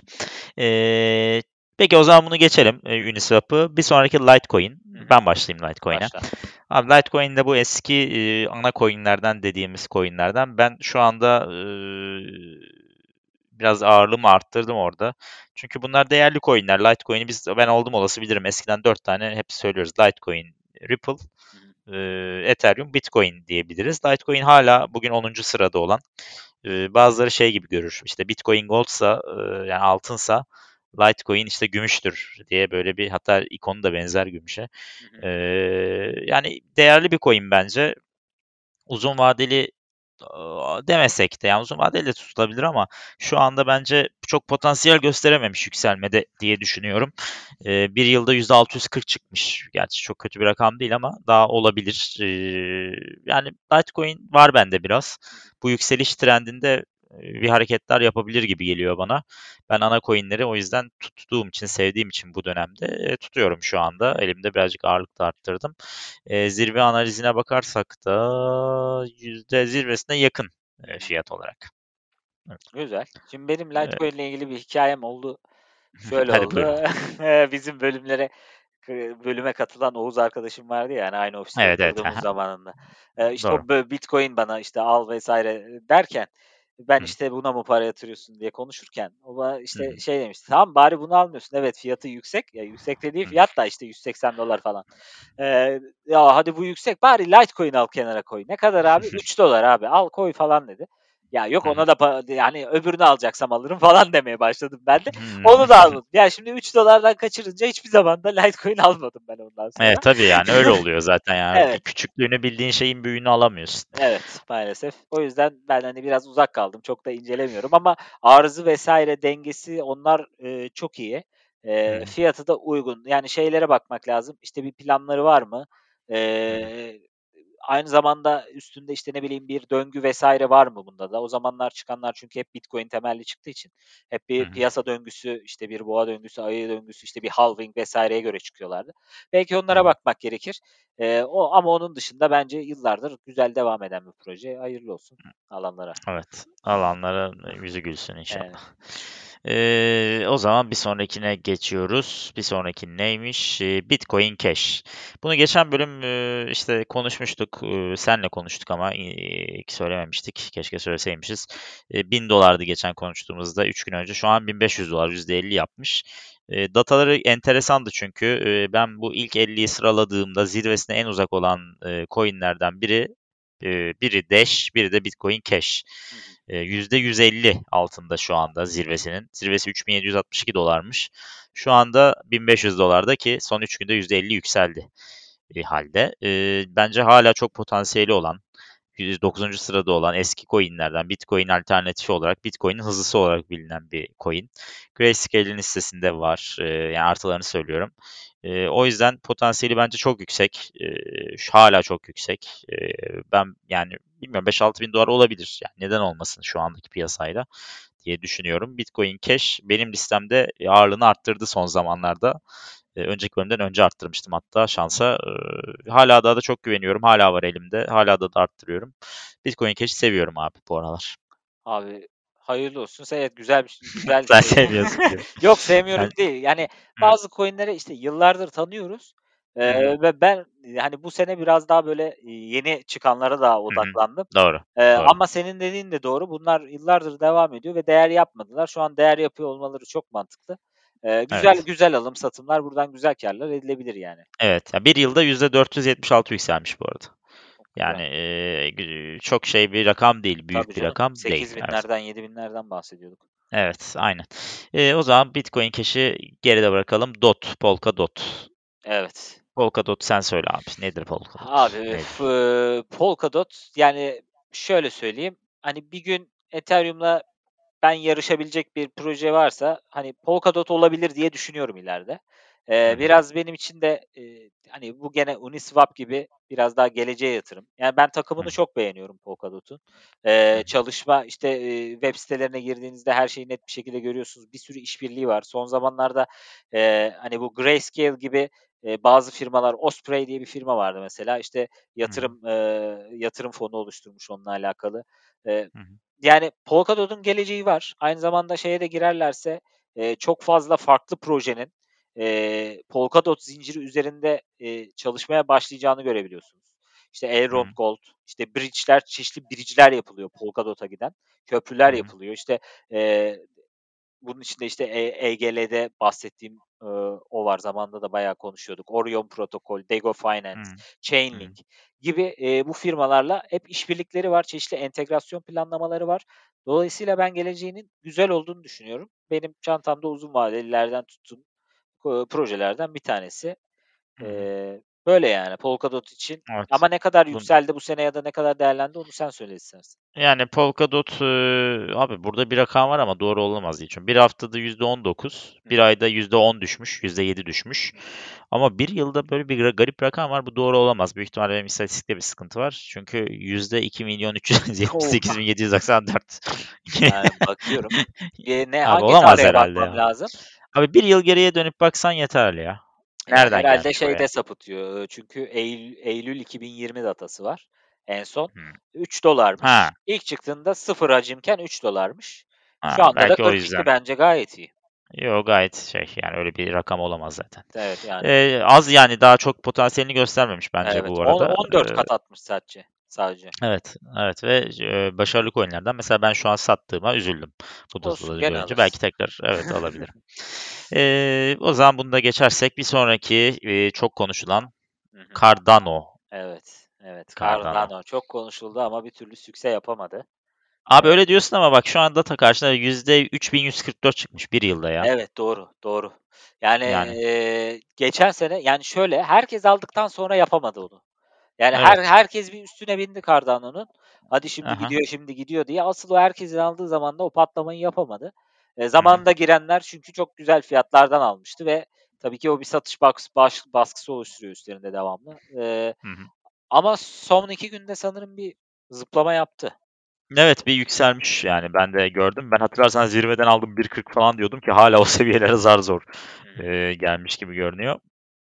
Eee, peki o zaman bunu geçelim, eee, Uniswap'ı. Bir sonraki Litecoin. Hı hı. Ben başlayayım Litecoin'e. Başla. Abi Litecoin de bu eski, eee, ana coin'lerden dediğimiz coin'lerden. Ben şu anda, ııı, biraz ağırlığımı arttırdım orada. Çünkü bunlar değerli coin'ler. Litecoin'i biz ben oldum olası bilirim. Eskiden dört tane hep söylüyoruz. Litecoin, Ripple, Hı hı. eee, Ethereum, Bitcoin diyebiliriz. Litecoin hâlâ bugün onuncu sırada olan. Eee, bazıları şey gibi görür, işte Bitcoin gold'sa, eee, yani altınsa Litecoin işte gümüştür diye böyle bir hatta ikonu da benzer gümüşe. Hı hı. Eee, yani değerli bir coin bence. Uzun vadeli aaa, demesek de yani uzun vadeli de tutulabilir ama şu anda bence çok potansiyel gösterememiş yükselmede diye düşünüyorum. Eee, bir yılda yüzde altı yüz kırk çıkmış. Gerçi çok kötü bir rakam değil ama daha olabilir. Eee, yani Litecoin var bende biraz. Hı hı. Bu yükseliş trendinde, eee, bir hareketler yapabilir gibi geliyor bana. Ben ana coin'leri o yüzden tuttuğum için, sevdiğim için bu dönemde, eee, tutuyorum şu anda. Elimde birazcık ağırlık da arttırdım. Eee, zirve analizine bakarsak da yüzde zirvesine yakın, Hı eee, hı. fiyat olarak. Evet. Güzel. Şimdi benim Eee, Litecoin'le ilgili bir hikâyem oldu. Şöyle hadi buyurun. oldu. Eee, bizim bölümlere kı bölüme katılan Oğuz arkadaşım vardı ya, hani, aynı ofiste Evet, evet. Hı oturduğumuz hı. zamanında. Eee, işte, Doğru. o bö Bitcoin bana, işte, al vesaire derken ben, Hı hı. işte, buna mı para yatırıyorsun diye konuşurken o bana, Hı hı. işte, şey demişti, "Tamam, bari bunu almıyorsun. Evet, fiyatı yüksek." Ya, yüksek dediği Hı hı. fiyat da, işte, yüz seksen dolar falan. Eee, "Ya, hadi bu yüksek, bari Litecoin al kenara koy." "Ne kadar abi?" "üç dolar abi, al koy." falan dedi. Ya, yok Hı hı. ona da pa yani, öbürünü alacaksam alırım falan demeye başladım ben de. Hımm. Onu da almadım. Ya, şimdi üç dolardan kaçırınca hiçbir zaman da Litecoin almadım ben ondan sonra. Evet, tabii, yani, öyle oluyor zaten, yani. Bir Evet, küçüklüğünü bildiğin şeyin büyüğünü alamıyorsun. evet, maalesef. O yüzden ben, hani, biraz uzak kaldım. Çok da incelemiyorum ama arzı vesaire dengesi onlar, eee, çok iyi. Hı Eee, hı. fiyatı da uygun. Yani şeylere bakmak lazım, İşte bir planları var mı? Hı hı. Eee, aynı zamanda üstünde, işte, ne bileyim, bir döngü vesaire var mı bunda da? O zamanlar çıkanlar çünkü hep Bitcoin temelli çıktığı için hep Hı bir hı. piyasa döngüsü, işte, bir boğa döngüsü, ayı döngüsü, işte, bir halving vesaireye göre çıkıyorlardı. Belki Hı onlara hı. bakmak gerekir. Eee, o ama onun dışında bence yıllardır güzel devam eden bir proje. Hayırlı olsun alanlara. Evet, alanların yüzü gülsün Evet. inşallah. Eee, o zaman bir sonrakine geçiyoruz. Bir sonraki neymiş? Eee, Bitcoin Cash. Bunu geçen bölüm, eee, işte, konuşmuştuk. Eee, senle konuştuk ama, eee, söylememiştik. Keşke söyleseymişiz. Eee, bin dolardı geçen konuştuğumuzda üç gün önce. Şu an bin beş yüz dolar, yüzde elli yapmış. Eee, dataları enteresandı çünkü. Eee, ben bu ilk elliyi sıraladığımda zirvesine en uzak olan, eee, coin'lerden biri Eee, biri Dash, biri de Bitcoin Cash. Hı hı. Eee, yüzde yüz elli altında şu anda zirvesinin. Zirvesi üç bin yedi yüz altmış iki dolarmış. Şu anda bin beş yüz dolarda ki son üç günde yüzde elli yükseldi bir halde. Eee, bence hala çok potansiyeli olan, yüz dokuzuncu sırada olan eski coin'lerden Bitcoin alternatifi olarak, Bitcoin'in hızlısı olarak bilinen bir coin. Grayscale'in listesinde var. Eee, yani artılarını söylüyorum. Eee, o yüzden potansiyeli bence çok yüksek. Eee, şu hala çok yüksek. Eee, ben yani bilmiyorum beş altı bin dolar olabilir. Yani neden olmasın şu andaki piyasayla diye düşünüyorum. Bitcoin Cash benim listemde ağırlığını arttırdı son zamanlarda. E, önceki bölümden önce arttırmıştım hatta şansa. E, hala daha da çok güveniyorum. Hala var elimde. Hala da, da arttırıyorum. Bitcoin Cash'i seviyorum abi bu aralar. Abi hayırlı olsun. Evet, güzel bir şey, güzel. Sen eee, sevmiyorsun gibi. Yok, sevmiyorum Sen değil. Yani Hı. bazı coin'leri işte yıllardır tanıyoruz. Hı hı. Eee, ve ben hani bu sene biraz daha böyle, iii, yeni çıkanlara daha Hı hı. odaklandım. Doğru. Eee, Doğru. ama senin dediğin de doğru. Bunlar yıllardır devam ediyor ve değer yapmadılar. Şu an değer yapıyor olmaları çok mantıklı. Eee, güzel Evet. güzel alım satımlar. Buradan güzel kârlar edilebilir yani. Evet. Ya bir yılda yüzde dört yüz yetmiş altı yükselmiş bu arada. Çok güzel. Yani, eee, gü çok şey bir rakam değil, Tabii büyük bir canım. rakam değil. sekiz Evet. binlerden yedi binlerden bahsediyorduk. Evet, aynen. Eee, o zaman Bitcoin Cash'i geride bırakalım. D O T, Polkadot. Evet. Polkadot sen söyle abi. Nedir Polkadot? Abi, f Nedir? eee, Polkadot, yani, şöyle söyleyeyim, hani, bir gün Ethereum'la ben yarışabilecek bir proje varsa, hani, Polkadot olabilir diye düşünüyorum ileride. Hı Eee, hı. biraz benim için de, eee, hani, bu gene Uniswap gibi biraz daha geleceğe yatırım. Yani, ben Hı takımını hı. çok beğeniyorum Polkadot'un. Hı Eee, hı. çalışma, işte, eee, web sitelerine girdiğinizde her şeyi net bir şekilde görüyorsunuz. Bir sürü işbirliği var. Son zamanlarda, eee, hani, bu Grayscale gibi, eee, bazı firmalar, Osprey diye bir firma vardı mesela, işte, Hı hı. yatırım, eee, yatırım fonu oluşturmuş onunla alakalı. Eee, Hı hı. yani, Polkadot'un geleceği var. Aynı zamanda şeye de girerlerse, eee, çok fazla farklı projenin, eee, Polkadot zinciri üzerinde, eee, çalışmaya başlayacağını görebiliyorsunuz. İşte, Hı Elrond hı. Gold, işte, bridge'ler, çeşitli bridge'ler yapılıyor Polkadot'a giden. Hı Köprüler hı. yapılıyor. İşte, eee, bunun içinde, işte, E EGL'de bahsettiğim, ııı, o var. Zamanında da bayağı konuşuyorduk. Orion Protokol, Dego Hı Finance, hı. Hı hı. Chainlink gibi, eee, bu firmalarla hep işbirlikleri var. Çeşitli entegrasyon planlamaları var. Dolayısıyla ben geleceğinin güzel olduğunu düşünüyorum. Benim çantamda uzun vadelilerden tuttuğum, ııı, projelerden bir tanesi. Hı hı. Eee, böyle yani Polkadot için. Evet. Ama ne kadar Bun yükseldi bu sene ya da ne kadar değerlendi onu sen söyle istersen. Yani Polkadot, eee, abi burada bir rakam var ama doğru olamaz diye düşünüyorum. Bir haftada yüzde on dokuz, Hı bir hı. ayda yüzde on düşmüş, yüzde yedi Hı düşmüş. hı. Ama bir yılda böyle bir gra garip rakam var. Bu doğru olamaz. Büyük ihtimalle benim istatistikte bir sıkıntı var. Çünkü yüzde iki milyon üç yüz yetmiş sekiz bin yedi yüz doksan dört. Yani bakıyorum. Bir ne Abi hangi olamaz tarihe herhâlde bakmam ya. lazım? Abi bir yıl geriye dönüp baksan yeterli ya. Ya, Nereden herhâlde gelmiş o ya? şeyde sapıtıyor, ııı, çünkü eylül Eylül iki bin yirmi datası var en son. Hımm. üç dolarmış. Ha, İlk çıktığında sıfır hacimken üç dolarmış. Şu ha, anda da belki o kırk iki yüzden. bence gayet iyi. Yo, gayet şey, yani öyle bir rakam olamaz zaten. Evet, yani. Eee, az yani daha çok potansiyelini göstermemiş bence Evet, bu on arada. on dört Eee, kat atmış sadece sadece. evet, evet ve eee, başarılı coin'lerden. Mesela ben şu an sattığıma üzüldüm bu Olsun dataları gene görünce. Belki alırsın. tekrar evet alabilirim. Eee, o zaman bunu da geçersek bir sonraki, eee, çok konuşulan Hı hı. Cardano. Evet, evet. Cardano. Cardano çok konuşuldu ama bir türlü sükse yapamadı. Abi Eee öyle diyorsun ama bak şu anda data karşısında yüzde üç bin yüz kırk dört çıkmış bir yılda ya. Evet, doğru, doğru. Yani, Yani eee, geçen sene, yani, şöyle, herkes aldıktan sonra yapamadı onu. Yani her evet. herkes bir üstüne bindi Cardano'nun. Hadi şimdi Aha. gidiyor, şimdi gidiyor diye. Asıl o herkesin aldığı zaman da o patlamayı yapamadı. Eee, Hı hı. zamanında girenler çünkü çok güzel fiyatlardan almıştı ve tabii ki o bir satış baks baş baskısı oluşturuyor üstlerinde devamlı. Eee, Hı hı. ama son iki günde sanırım bir zıplama yaptı. Evet, bir yükselmiş yani ben de gördüm. Ben hatırlarsan zirveden aldım bir kırk falan diyordum ki hala o seviyelere zar zor, Hı hı. eee, gelmiş gibi görünüyor.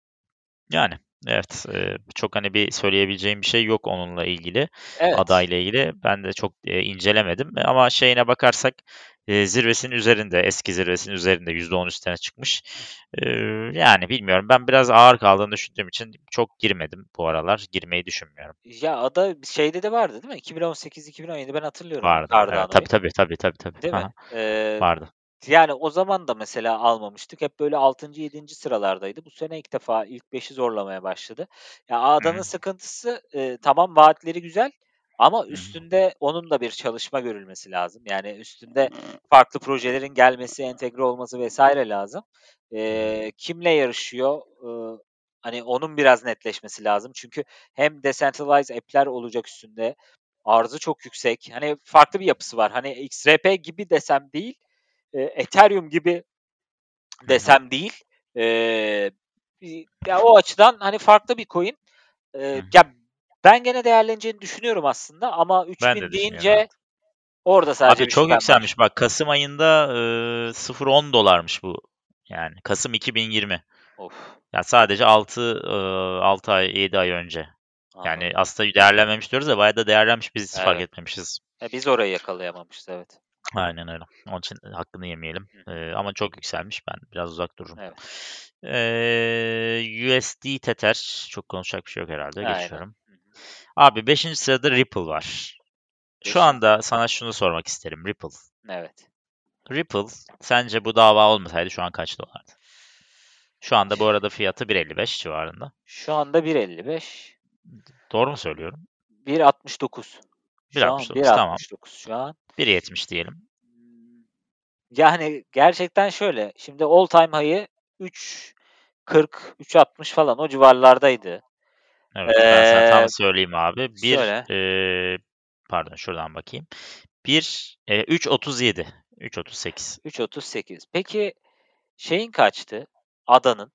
Yani evet, eee, çok, hani, bir söyleyebileceğim bir şey yok onunla ilgili, Evet. adayla ilgili. Ben de çok, eee, incelemedim E, ama şeyine bakarsak, eee, zirvesinin üzerinde, eski zirvesinin üzerinde yüzde on üstüne çıkmış. Eee, yani bilmiyorum. Ben biraz ağır kaldığını düşündüğüm için çok girmedim bu aralar. Girmeyi düşünmüyorum. Ya, ada şeyde de vardı değil mi? iki bin on sekiz iki bin on yedi ben hatırlıyorum Vardı. Evet. Cardano'yu, Tabii, tabii, tabii, tabii, tabii. değil Hı mi? hı. Eee, Vardı. yani o zaman da mesela almamıştık. Hep böyle altıncı yedinci sıralardaydı. Bu sene ilk defa ilk beşi zorlamaya başladı. Ya, Hı adanın hı. sıkıntısı, eee, tamam vaatleri güzel ama Hı hı. üstünde onun da bir çalışma görülmesi lazım. Yani üstünde farklı projelerin gelmesi, entegre olması vesaire lazım. Hı hı. Eee, kimle yarışıyor? Iıı, hani onun biraz netleşmesi lazım. Çünkü hem decentralized app'ler olacak üstünde. Arzı çok yüksek. Hani farklı bir yapısı var. Hani X R P gibi desem değil, eee, Ethereum gibi Hı hı. desem değil. Eee, iii, ya, o açıdan, hani, farklı bir coin. Hı Eee, hı. ya, ben gene değerleneceğini düşünüyorum aslında ama Ben de üç bin düşünüyorum, evet. deyince orada sadece Abi bir çok şüphem var. yükselmiş bak kasım ayında, ııı, sıfır virgül on dolarmış bu. Yani kasım iki bin yirmi. Of. Yani sadece altı altı ay, yedi ay önce. Yani Anladım. aslında değerlenmemiş diyoruz da bayağı da değerlenmiş, biz hiç fark Evet. etmemişiz. E, biz orayı yakalayamamışız, evet. Aynen öyle. Onun için hakkını yemeyelim. Hı hı. Eee, ama çok yükselmiş. Ben biraz uzak dururum. Evet. Eee, U S D Tether. Çok konuşacak bir şey yok herhalde. Aynen. Geçiyorum. Hı hı. Abi beşinci sırada Ripple var. Şu Beşin anda sana şunu sormak isterim. Ripple. Evet. Ripple sence bu dava olmasaydı şu an kaç dolardı? Şu anda bu arada fiyatı bir elli beş civarında. Şu anda bir elli beş. Doğru mu söylüyorum? bir altmış dokuz. Şu an bir altmış dokuz, tamam. bir altmış dokuz şu an. bir yetmiş diyelim. Hmm, Yani gerçekten şöyle. Şimdi all time high'ı üç kırk, üç altmış falan o civarlardaydı. Evet, ben sana tam Ee, söyleyeyim abi. Bir, söyle. eee, pardon şuradan bakayım. bir, eee, üç otuz yedi. üç otuz sekiz. üç otuz sekiz. Peki şeyin kaçtı? Adanın.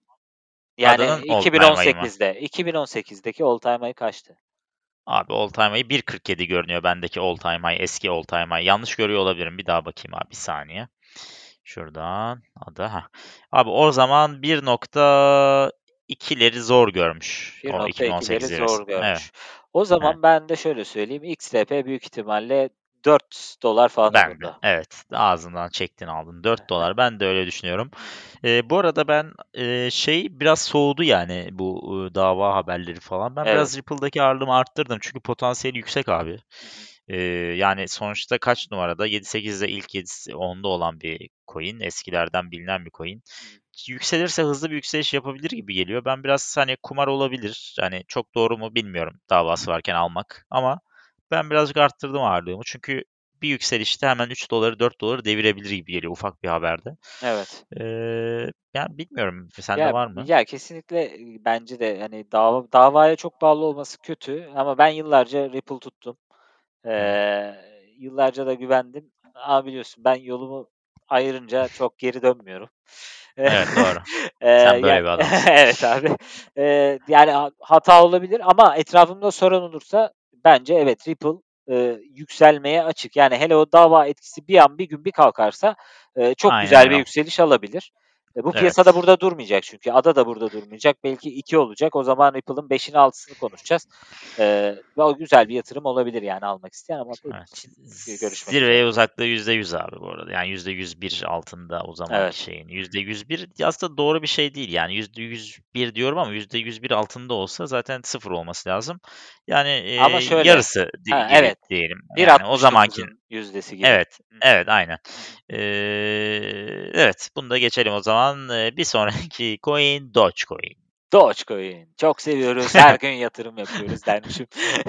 Yani Adanın all time high mı? iki bin on sekizde. iki bin on sekizdeki all time high kaçtı? Abi all time high bir kırk yedi görünüyor bendeki all time high. Eski all time high. Yanlış görüyor olabilirim. Bir daha bakayım abi, bir saniye. Şuradan. Ada. Heh. Abi o zaman bir nokta ikileri zor görmüş. O bir nokta ikileri iki bin on sekiz zirvesi. zor Evet. görmüş. O Evet. zaman ben de şöyle söyleyeyim. X R P büyük ihtimalle dört dolar falandır Ben de. burada. Evet. Ağzından çektin aldın. dört Hı dolar. Ben de öyle düşünüyorum. hı. Ee, bu arada ben e, şey biraz soğudu yani bu e, dava haberleri falan. Ben Evet. biraz Ripple'daki ağırlığımı arttırdım. Çünkü potansiyeli yüksek abi. Hı hı. Ee, yani sonuçta kaç numarada? yedi sekizde ilk yedi onda olan bir coin. Eskilerden bilinen bir coin. Hı. Yükselirse hızlı bir yükseliş yapabilir gibi geliyor. Ben biraz hani kumar olabilir. Hani çok doğru mu bilmiyorum davası varken almak. Ama ben birazcık arttırdım ağırlığımı. Çünkü bir yükselişte hemen üç doları dört doları devirebilir gibi geliyor ufak bir haberde. Evet. Ee, yani bilmiyorum. Sende Ya var mı? ya kesinlikle e, bence de hani dava davaya çok bağlı olması kötü ama ben yıllarca Ripple tuttum. Hı hı. Eee, yıllarca da güvendim. Ama biliyorsun ben yolumu ayırınca çok geri dönmüyorum. Evet, doğru. Eee, Sen böyle ya bir adamsın. evet abi. Eee, yani ha hata olabilir ama etrafımda soran olursa bence evet Ripple, eee, yükselmeye açık. Yani hele o dava etkisi bir an bir gün bir kalkarsa, eee, çok Aynen güzel bir öyle. yükseliş alabilir. E, bu piyasada Evet. burada durmayacak çünkü. Ada da burada durmayacak. Belki iki olacak. O zaman Ripple'ın beşini altısını konuşacağız. Eee, ve o güzel bir yatırım olabilir yani almak isteyen ama benim Evet. için görüşmek üzere. Zirveye uzaklığı yüzde yüz abi bu arada. Yani yüzde yüz bir altında o zamanki Evet. şeyin. yüzde yüz bir aslında doğru bir şey değil. Yani yüzde yüz bir diyorum ama yüzde yüz bir altında olsa zaten sıfır olması lazım. Yani e, Ama şöyle. yarısı di- Ha, gibi evet. diyelim. Yani o zamankin. bir altmış dokuzun yüzdesi gibi. Evet. Hı hı. Evet, aynen. Hı hı. Ee, evet, bunu da geçelim o zaman. Ee, bir sonraki coin Dogecoin. Dogecoin. Çok seviyoruz. Her gün yatırım yapıyoruz dermişim.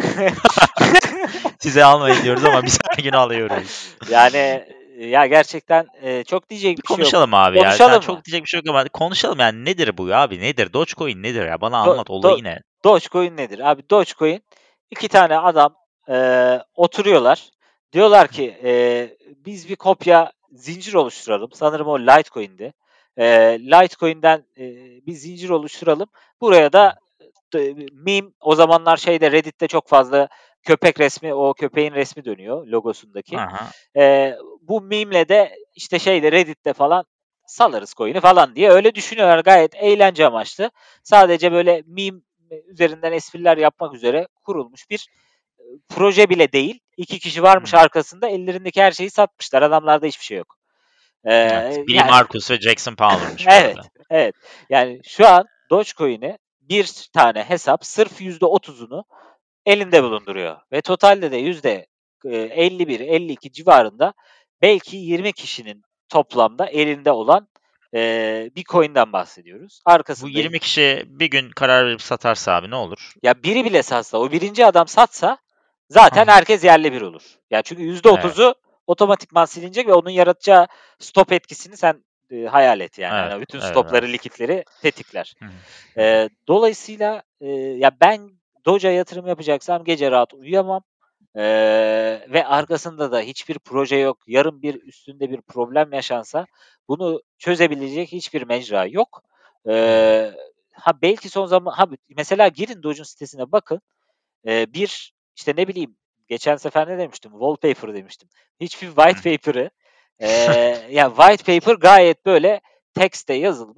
Size almayın diyoruz ama biz her gün alıyoruz. Yani ya gerçekten e, çok diyecek Bir bir şey yok. konuşalım abi ya. Sen Konuşalım mı? çok diyecek bir şey yok ama konuşalım yani, nedir bu ya abi? Nedir? Dogecoin nedir ya? Bana Do anlat, do olayı ne? Dogecoin nedir? Abi Dogecoin iki tane adam eee, oturuyorlar. Diyorlar ki eee, biz bir kopya zincir oluşturalım. Sanırım o Litecoin'di. Eee Litecoin'den eee, bir zincir oluşturalım. Buraya da d- meme o zamanlar şeyde Reddit'te çok fazla köpek resmi o köpeğin resmi dönüyor logosundaki. Aha. Eee, bu meme'le de işte şeyde Reddit'te falan salarız coin'i falan diye öyle düşünüyorlar. Gayet eğlence amaçlı. Sadece böyle meme üzerinden espriler yapmak üzere kurulmuş bir e, proje bile değil. İki kişi varmış Hmm. arkasında ellerindeki her şeyi satmışlar. Adamlarda hiçbir şey yok. Evet. Eee, Billy yani Marcus ve Jackson Palmer'mış bu evet, arada. evet. Yani şu an Dogecoin'i bir tane hesap sırf yüzde otuzunu elinde bulunduruyor ve totalde de yüzde elli bir elli iki civarında belki yirmi kişinin toplamda elinde olan eee, bir coin'den bahsediyoruz. Bu Arkasında yirmi kişi bir gün karar verip satarsa abi ne olur? ya biri bile satsa, o birinci adam satsa zaten Aha. herkes yerle bir olur. Ya çünkü yüzde Evet. otuzu otomatikman silinecek ve onun yaratacağı stop etkisini sen e, hayal et yani. Evet. Yani bütün Evet. stopları, Evet. likitleri tetikler. Hı hı. Hı hı. Eee, dolayısıyla eee, ya ben Doge'a yatırım yapacaksam gece rahat uyuyamam. Eee, ve arkasında da hiçbir proje yok. Yarın bir üstünde bir problem yaşansa bunu çözebilecek hiçbir mecra yok. Hı hı. Eee, ha belki son zaman ha mesela girin Doge'un sitesine bakın. Eee, bir işte ne bileyim geçen sefer ne demiştim? Wallpaper demiştim. Hiçbir Hı white hı. paper'ı eee ya white paper gayet böyle tekste yazılmış.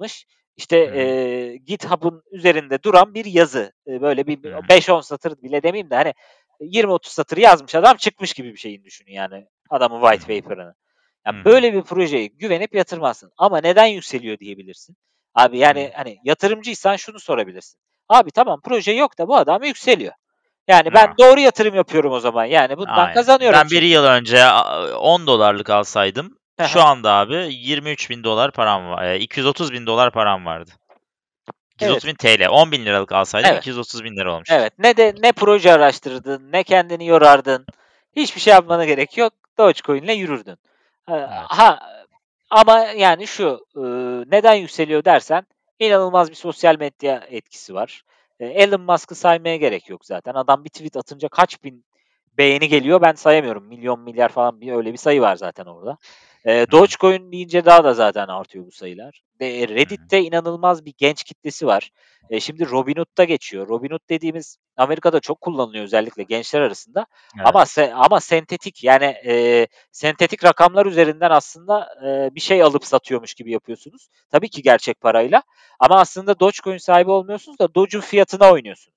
İşte, Hı hı. eee, GitHub'ın üzerinde duran bir yazı. Eee, böyle bir Hı hı. beş on satır bile demeyeyim de hani yirmi otuz satır yazmış adam çıkmış gibi bir şeyini düşünün yani adamın Hı white hı. paper'ını. Hı Ya, hı. böyle bir projeye güvenip yatırmazsın ama neden yükseliyor diyebilirsin. Abi, Hı hı. yani, hani, yatırımcıysan şunu sorabilirsin. Abi, tamam proje yok da bu adam yükseliyor. Yani ben A! doğru yatırım yapıyorum o zaman. Yani bundan Aynen. kazanıyorum Ben bir çünkü. yıl önce a on dolarlık alsaydım Hı şu hı. anda abi yirmi üç bin dolar param var. Eee, iki yüz otuz bin dolar param vardı. iki yüz otuz Evet. bin T L. on bin liralık alsaydım Evet. iki yüz otuz bin lira olmuştu. Evet. Ne de ne proje araştırdın, ne kendini yorardın. Hiçbir şey yapmana gerek yok. Dogecoin'le yürürdün. Eee, Evet. ha ama yani şu, ııı, neden yükseliyor dersen inanılmaz bir sosyal medya etkisi var. Eee, Elon Musk'ı saymaya gerek yok zaten. Adam bir tweet atınca kaç bin beğeni geliyor ben sayamıyorum. Milyon, milyar falan bir öyle bir sayı var zaten orada. Eee, Hı hı. Dogecoin deyince daha da zaten artıyor bu sayılar. Ve Hı hı. Reddit'te inanılmaz bir genç kitlesi var. Eee, şimdi Robinhood'da geçiyor. Robinhood dediğimiz Amerika'da çok kullanılıyor özellikle gençler arasında ama Evet. se ama sentetik yani, eee, sentetik rakamlar üzerinden aslında, eee, bir şey alıp satıyormuş gibi yapıyorsunuz. Tabii ki gerçek parayla ama aslında Dogecoin sahibi olmuyorsunuz da Doge'un fiyatına oynuyorsunuz.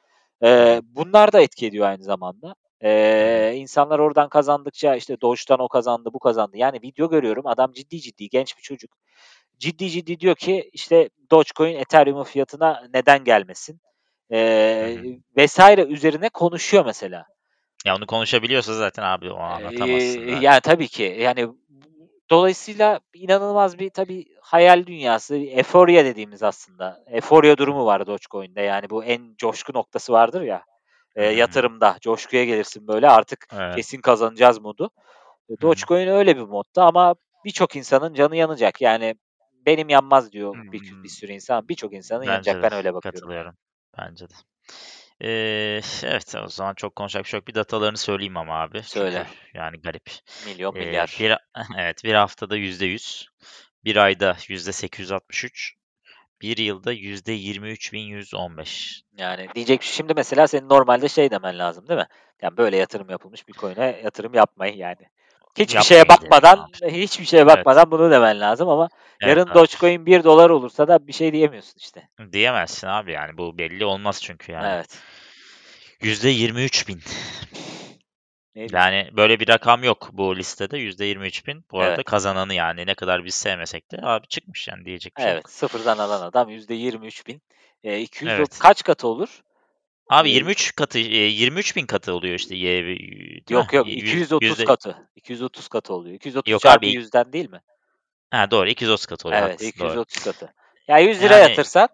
Hı Eee, hı. bunlar da etki ediyor aynı zamanda. Hı hı. Eee, insanlar oradan kazandıkça işte Doge'dan o kazandı, bu kazandı. Yani video görüyorum adam ciddi ciddi genç bir çocuk. Ciddi ciddi diyor ki işte Dogecoin Ethereum'un fiyatına neden gelmesin, Hı hı. eee, vesaire üzerine konuşuyor mesela. Ya, onu konuşabiliyorsa zaten abi onu anlatamazsın Eee, zaten. ya, tabii ki. Yani, dolayısıyla inanılmaz bir tabii hayal dünyası, eforya dediğimiz aslında. Eforya durumu var Dogecoin'de. Yani bu en coşku noktası vardır ya, eee, Hı hı. Hı hı. yatırımda coşkuya gelirsin böyle artık Evet. kesin kazanacağız modu. Eee, Hı hı. Dogecoin öyle bir modda ama birçok insanın canı yanacak. Yani benim yanmaz diyor bir kü bir Imm, sürü insan. Birçok insanın yanacak. bence de Ben öyle bakıyorum yani. katılıyorum. Bence de. Eee, evet, o zaman çok konuşacak bir şey yok. Bir datalarını söyleyeyim ama abi çünkü Söyle. yani garip. Milyon, Eee, milyar. bir evet, bir haftada yüzde yüz, bir ayda yüzde sekiz yüz altmış üç, bir yılda yüzde yirmi üç bin yüz on beş. Yani, diyecek şimdi mesela senin normalde şey demen lazım, değil mi? Yani, böyle yatırım yapılmış bir coin'e yatırım yapmayın yani. Hiçbir şeye Yapmayın derim bakmadan abi. hiçbir şeye Evet, bakmadan bunu demen lazım ama evet yarın abi. Dogecoin bir dolar olursa da bir şey diyemiyorsun işte. Diyemezsin abi yani bu belli olmaz çünkü yani. Evet. yüzde yirmi üç bin. Ne diyeyim? Yani böyle bir rakam yok bu listede yüzde yirmi üç bin. Bu arada Evet. kazananı yani ne kadar biz sevmesek de abi çıkmış yani diyecek bir şey Evet, yok. sıfırdan alan adam yüzde yirmi üç bin. Eee, iki yüz o Evet. kaç katı olur? Abi Eee, yirmi üç katı, eee, yirmi üç bin katı oluyor işte Y değil mi? yok, yok, Yü iki yüz otuz yüzde katı. iki yüz otuz katı oluyor. iki yüz otuz yok çarpı abi. yüzden değil mi? Ha, doğru iki yüz otuz katı oluyor Evet, haklısın doğru. iki yüz otuz katı. Ya yüz lira Yani yatırsan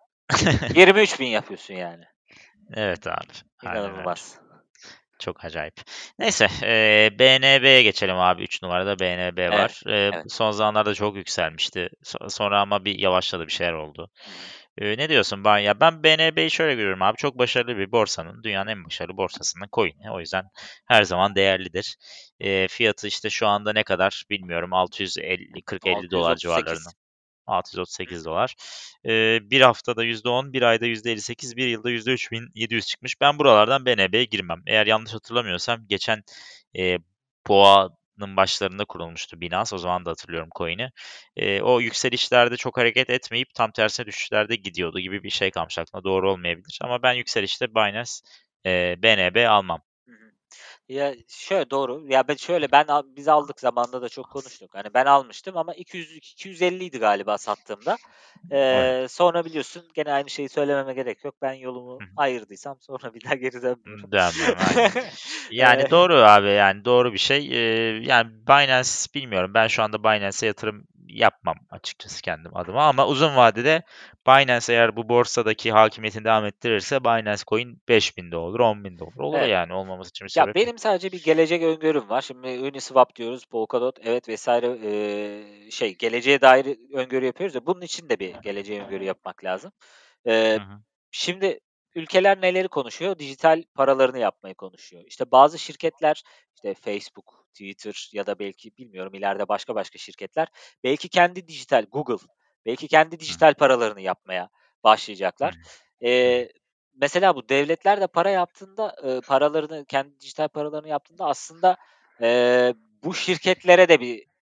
yirmi üç bin yapıyorsun yani. evet abi. Aynen öyle. İnanılmaz. Çok acayip. Neyse, eee, B N B'ye geçelim abi. Üç numarada B N B Evet, var. Eee, evet. son zamanlarda çok yükselmişti. So sonra ama bir yavaşladı, bir şeyler oldu. Hı hı. Eee, ne diyorsun? Ben ya ben B N B'yi şöyle görüyorum abi. Çok başarılı bir borsanın, dünyanın en başarılı borsasının coin'i. O yüzden her zaman değerlidir. Eee, fiyatı işte şu anda ne kadar bilmiyorum. altı yüz elli kırk elli dolar civarlarında. altı yüz otuz sekiz. altı yüz otuz sekiz dolar. Eee, bir haftada yüzde on, bir ayda yüzde elli sekiz, bir yılda yüzde üç bin yedi yüz çıkmış. Ben buralardan B N B'ye girmem. Eğer yanlış hatırlamıyorsam geçen eee boğanın başlarında kurulmuştu Binance. O zaman da hatırlıyorum coin'i. Eee, o yükselişlerde çok hareket etmeyip tam tersine düşüşlerde gidiyordu gibi bir şey kalmış aklımda. Doğru olmayabilir. Ama ben yükselişte Binance, eee, B N B almam. Hı hı. Ya, şöyle doğru. Ya, ben şöyle, ben al biz aldık zamanında da çok konuştuk. Hani, ben almıştım ama iki yüz iki yüz elliydi galiba sattığımda. Evet. Eee, sonra biliyorsun gene aynı şeyi söylememe gerek yok. Ben yolumu Hı hı. ayırdıysam sonra bir daha geri dönmüyorum. Dönmem, aynen. Eee, Yani doğru abi, yani doğru bir şey. Eee, yani Binance bilmiyorum. Ben şu anda Binance'e yatırım yapmam açıkçası kendim adıma ama uzun vadede Binance eğer bu borsadaki hakimiyetini devam ettirirse Binance Coin beş binde olur, on binde olur. Olur evet. yani olmaması için bir Ya, sebep yok. benim sadece bir gelecek öngörüm var. Şimdi Uniswap diyoruz, Polkadot evet vesaire eee, şey, geleceğe dair öngörü yapıyoruz ya, bunun için de bir geleceğe öngörü yapmak lazım. Hı Eee, hı. şimdi ülkeler neleri konuşuyor? Dijital paralarını yapmayı konuşuyor. İşte, bazı şirketler, işte, Facebook, Twitter ya da belki bilmiyorum ileride başka başka şirketler belki kendi dijital Google, belki kendi Hı hı. dijital paralarını yapmaya Hı başlayacaklar. hı. Eee Mesela bu devletler de para yaptığında, eee, paralarını, kendi dijital paralarını yaptığında aslında, eee, bu şirketlere de bir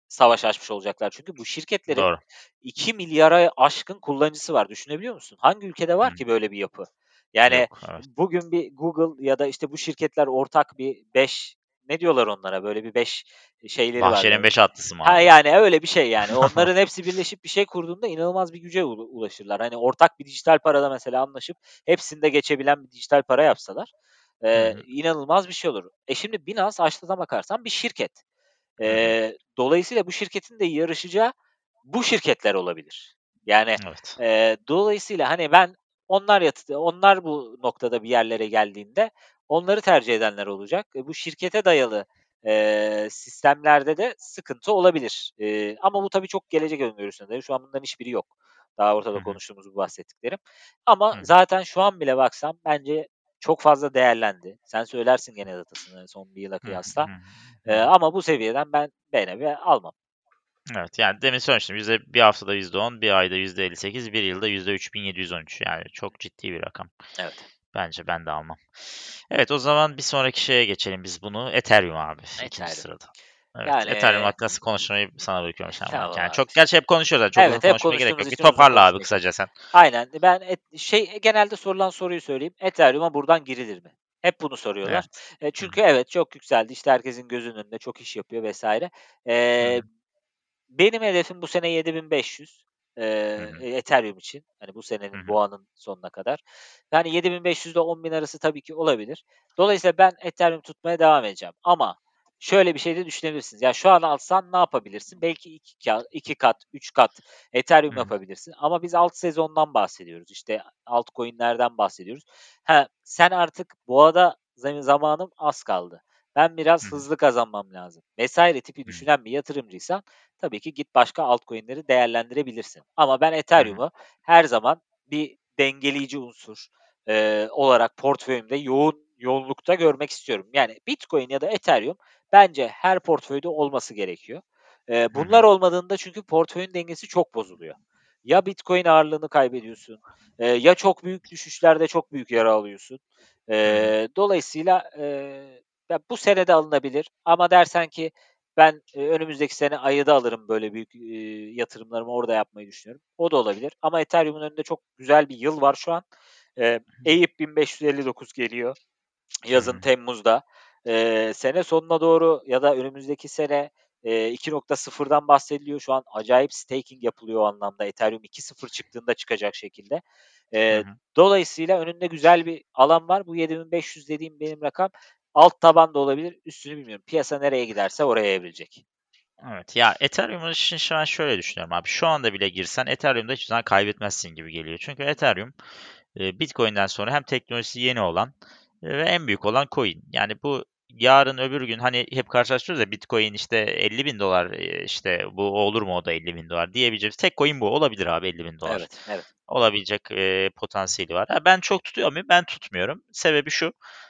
savaş açmış olacaklar. Çünkü bu şirketlerin Doğru. iki milyara aşkın kullanıcısı var. Düşünebiliyor musun? Hangi ülkede var Hıı. ki böyle bir yapı? Yani Yok, evet. bugün bir Google ya da işte bu şirketler ortak bir beş ne diyorlar onlara? Böyle bir beş şeyleri var Bahçenin böyle. beş atlısı mı Ha, abi? yani öyle bir şey yani. Onların hepsi birleşip bir şey kurduğunda inanılmaz bir güce ulu ulaşırlar. Hani ortak bir dijital parada mesela anlaşıp hepsinde geçebilen bir dijital para yapsalar, Hı eee, hı. inanılmaz bir şey olur. E, şimdi Binance aslına bakarsan bir şirket. Hı hı. Eee, dolayısıyla bu şirketin de yarışacağı bu şirketler olabilir. Yani, Evet. eee, dolayısıyla, hani, ben onlar yatı onlar bu noktada bir yerlere geldiğinde onları tercih edenler olacak. E, bu şirkete dayalı, eee, sistemlerde de sıkıntı olabilir. Eee, ama bu tabii çok gelecek öngörüsünde. Şu an bunların hiçbiri yok. Daha Hı ortada hı. konuştuğumuz bu bahsettiklerim. Ama Hı hı. zaten şu an bile baksam bence çok fazla değerlendi. Sen söylersin gene datasını son bir yıla Hı hı. kıyasla. Hı hı. Hı Eee, hı. ama bu seviyeden ben B N B almam. Evet, yani demin söylemiştim. Yüzde bir haftada yüzde on, bir ayda yüzde elli sekiz, bir yılda yüzde üç bin yedi yüz on üç. Yani çok ciddi bir rakam. Evet. Bence ben de almam. Evet, o zaman bir sonraki şeye geçelim biz bunu. Ethereum abi ikinci Ethereum. sırada. Evet, Ethereum Yani hakkında konuşmayı sana bırakıyorum Şenol. tamam Yani abi. çok gerçi hep konuşuyoruz zaten. Çok uzun Evet, hep konuşmaya gerek konuştuğumuz yok. Bir için uzun toparla abi konuşmayayım. kısaca sen. Aynen. Ben et şey genelde sorulan soruyu söyleyeyim. Ethereum'a buradan girilir mi? Hep bunu soruyorlar. Evet. Eee, Hı hı. çünkü evet, çok yükseldi. İşte, herkesin gözünün önünde çok iş yapıyor vesaire. Hı Eee hı. Benim hedefim bu sene yedi bin beş yüz Hı eee, hı. Ethereum için. Hani bu Hı senenin hı. boğanın sonuna kadar. Yani yedi bin beş yüz ile on bin arası tabii ki olabilir. Dolayısıyla ben Ethereum tutmaya devam edeceğim. Ama şöyle bir şey de düşünebilirsiniz. Ya şu an alsan ne yapabilirsin? Belki iki ka iki kat, üç kat Hı Ethereum hı. yapabilirsin. Ama biz alt sezondan bahsediyoruz. İşte altcoin'lerden bahsediyoruz. Ha, sen artık boğada zam zamanın az kaldı. Ben Hı biraz hı. hızlı kazanmam lazım vesaire tipi Hı hı. düşünen bir yatırımcıysan tabii ki git başka altcoin'leri değerlendirebilirsin. Ama ben Hı hı. Ethereum'u her zaman bir dengeleyici unsur, eee, olarak portföyümde yoğun yoğunlukta görmek istiyorum. Yani Bitcoin ya da Ethereum bence her portföyde olması gerekiyor. Eee, Hı hı. bunlar olmadığında çünkü portföyün dengesi çok bozuluyor. Ya Bitcoin ağırlığını kaybediyorsun, eee, ya çok büyük düşüşlerde çok büyük yara alıyorsun. Hı hı. Eee, dolayısıyla, eee, ya bu sene de alınabilir ama dersen ki ben, eee, önümüzdeki sene ayı da alırım böyle büyük, eee, yatırımlarımı orada yapmayı düşünüyorum. O da olabilir ama Ethereum'un önünde çok güzel bir yıl var şu an. Eee, E Y P bin beş yüz elli dokuz geliyor Hı yazın hı. Temmuz'da. Eee, sene sonuna doğru ya da önümüzdeki sene, eee, iki nokta sıfırdan bahsediliyor. Şu an acayip staking yapılıyor o anlamda. Ethereum iki nokta sıfır çıktığında çıkacak şekilde. Hı Eee, hı. dolayısıyla önünde güzel bir alan var. Bu yedi bin beş yüz dediğim benim rakam. Alt taban da olabilir, üstünü bilmiyorum. Piyasa nereye giderse oraya evrilecek. Evet, ya Ethereum için şu an şöyle düşünüyorum abi. Şu anda bile girsen Ethereum'da hiçbir zaman kaybetmezsin gibi geliyor. Çünkü Ethereum e, Bitcoin'den sonra hem teknolojisi yeni olan e, ve en büyük olan coin. Yani bu yarın öbür gün hani hep karşılaştırıyoruz ya Bitcoin işte elli bin dolar e, işte bu olur mu o da elli bin dolar diyebileceğimiz tek coin bu. Olabilir abi elli bin dolar. Evet, evet. Olabilecek e, potansiyeli var. Ha, ben çok tutuyor muyum? Ben tutmuyorum. Sebebi şu.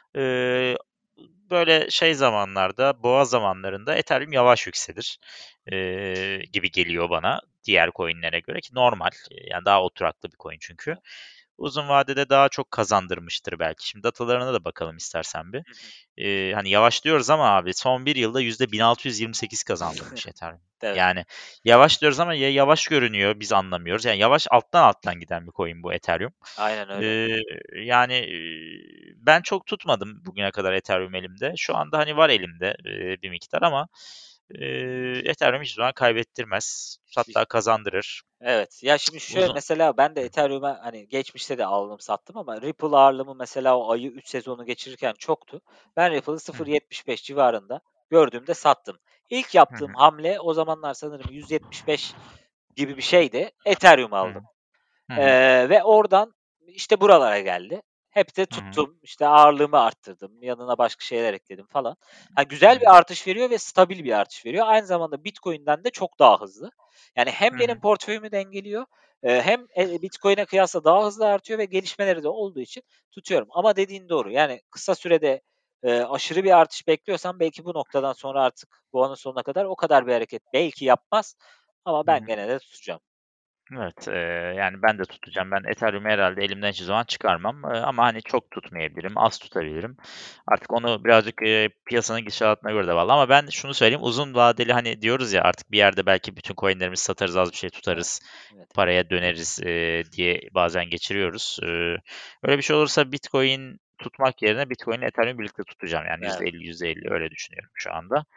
e, Böyle şey zamanlarda, boğa zamanlarında Ethereum yavaş yükselir e, gibi geliyor bana diğer coinlere göre ki normal. E, Yani daha oturaklı bir coin çünkü. Evet. Uzun vadede daha çok kazandırmıştır belki. Şimdi datalarına da bakalım istersen bir. Hı hı. Eee, hani yavaş diyoruz ama abi son bir yılda yüzde bin altı yüz yirmi sekiz kazandırmış Ethereum. Evet. Yani yavaş diyoruz ama ya yavaş görünüyor biz anlamıyoruz. Yani yavaş alttan alttan giden bir coin bu Ethereum. Aynen öyle. Eee, yani eee, ben çok tutmadım bugüne kadar Ethereum elimde. Şu anda hani var elimde eee, bir miktar ama eee Ethereum hiçbir zaman kaybettirmez. Hatta kazandırır. Evet. Ya, şimdi şöyle Uzun. mesela ben de Hı Ethereum'a, hani, geçmişte de aldım sattım ama Ripple ağırlığımı mesela o ayı üç sezonu geçirirken çoktu. Ben Ripple'ı hı sıfır virgül yetmiş beş civarında gördüğümde sattım. İlk hı yaptığım hı hamle o zamanlar sanırım yüz yetmiş beş gibi bir şeydi. Ethereum hı hı aldım. hı hı Eee, ve oradan işte buralara geldi. Hep de hı hı tuttum, işte ağırlığımı arttırdım, yanına başka şeyler ekledim falan. Ha, hı güzel hı bir artış veriyor ve stabil bir artış veriyor. Aynı zamanda Bitcoin'den de çok daha hızlı. Yani hem hı benim hı. portföyümü dengeliyor, eee, hem, eee, Bitcoin'e kıyasla daha hızlı artıyor ve gelişmeleri de olduğu için tutuyorum. Ama dediğin doğru. Yani kısa sürede, eee, aşırı bir artış bekliyorsan belki bu noktadan sonra artık bu anın sonuna kadar o kadar bir hareket belki yapmaz ama Hı ben hı. gene de tutacağım. Evet, eee, yani ben de tutacağım. Ben Ethereum'u herhâlde elimden hiçbir zaman çıkarmam, eee, ama, hani, çok tutmayabilirim, az tutabilirim. Artık onu birazcık, eee, piyasanın gidişatına göre de bağlı ama ben şunu söyleyeyim, uzun vadeli, hani, diyoruz ya artık bir yerde belki bütün coin'lerimizi satarız, az bir şey Evet, tutarız, evet. paraya döneriz, eee, diye bazen geçiriyoruz. Eee, öyle bir şey olursa Bitcoin tutmak yerine Bitcoin'le Ethereum'u birlikte tutacağım. Yani Evet. yüzde elli yüzde elli öyle düşünüyorum şu anda.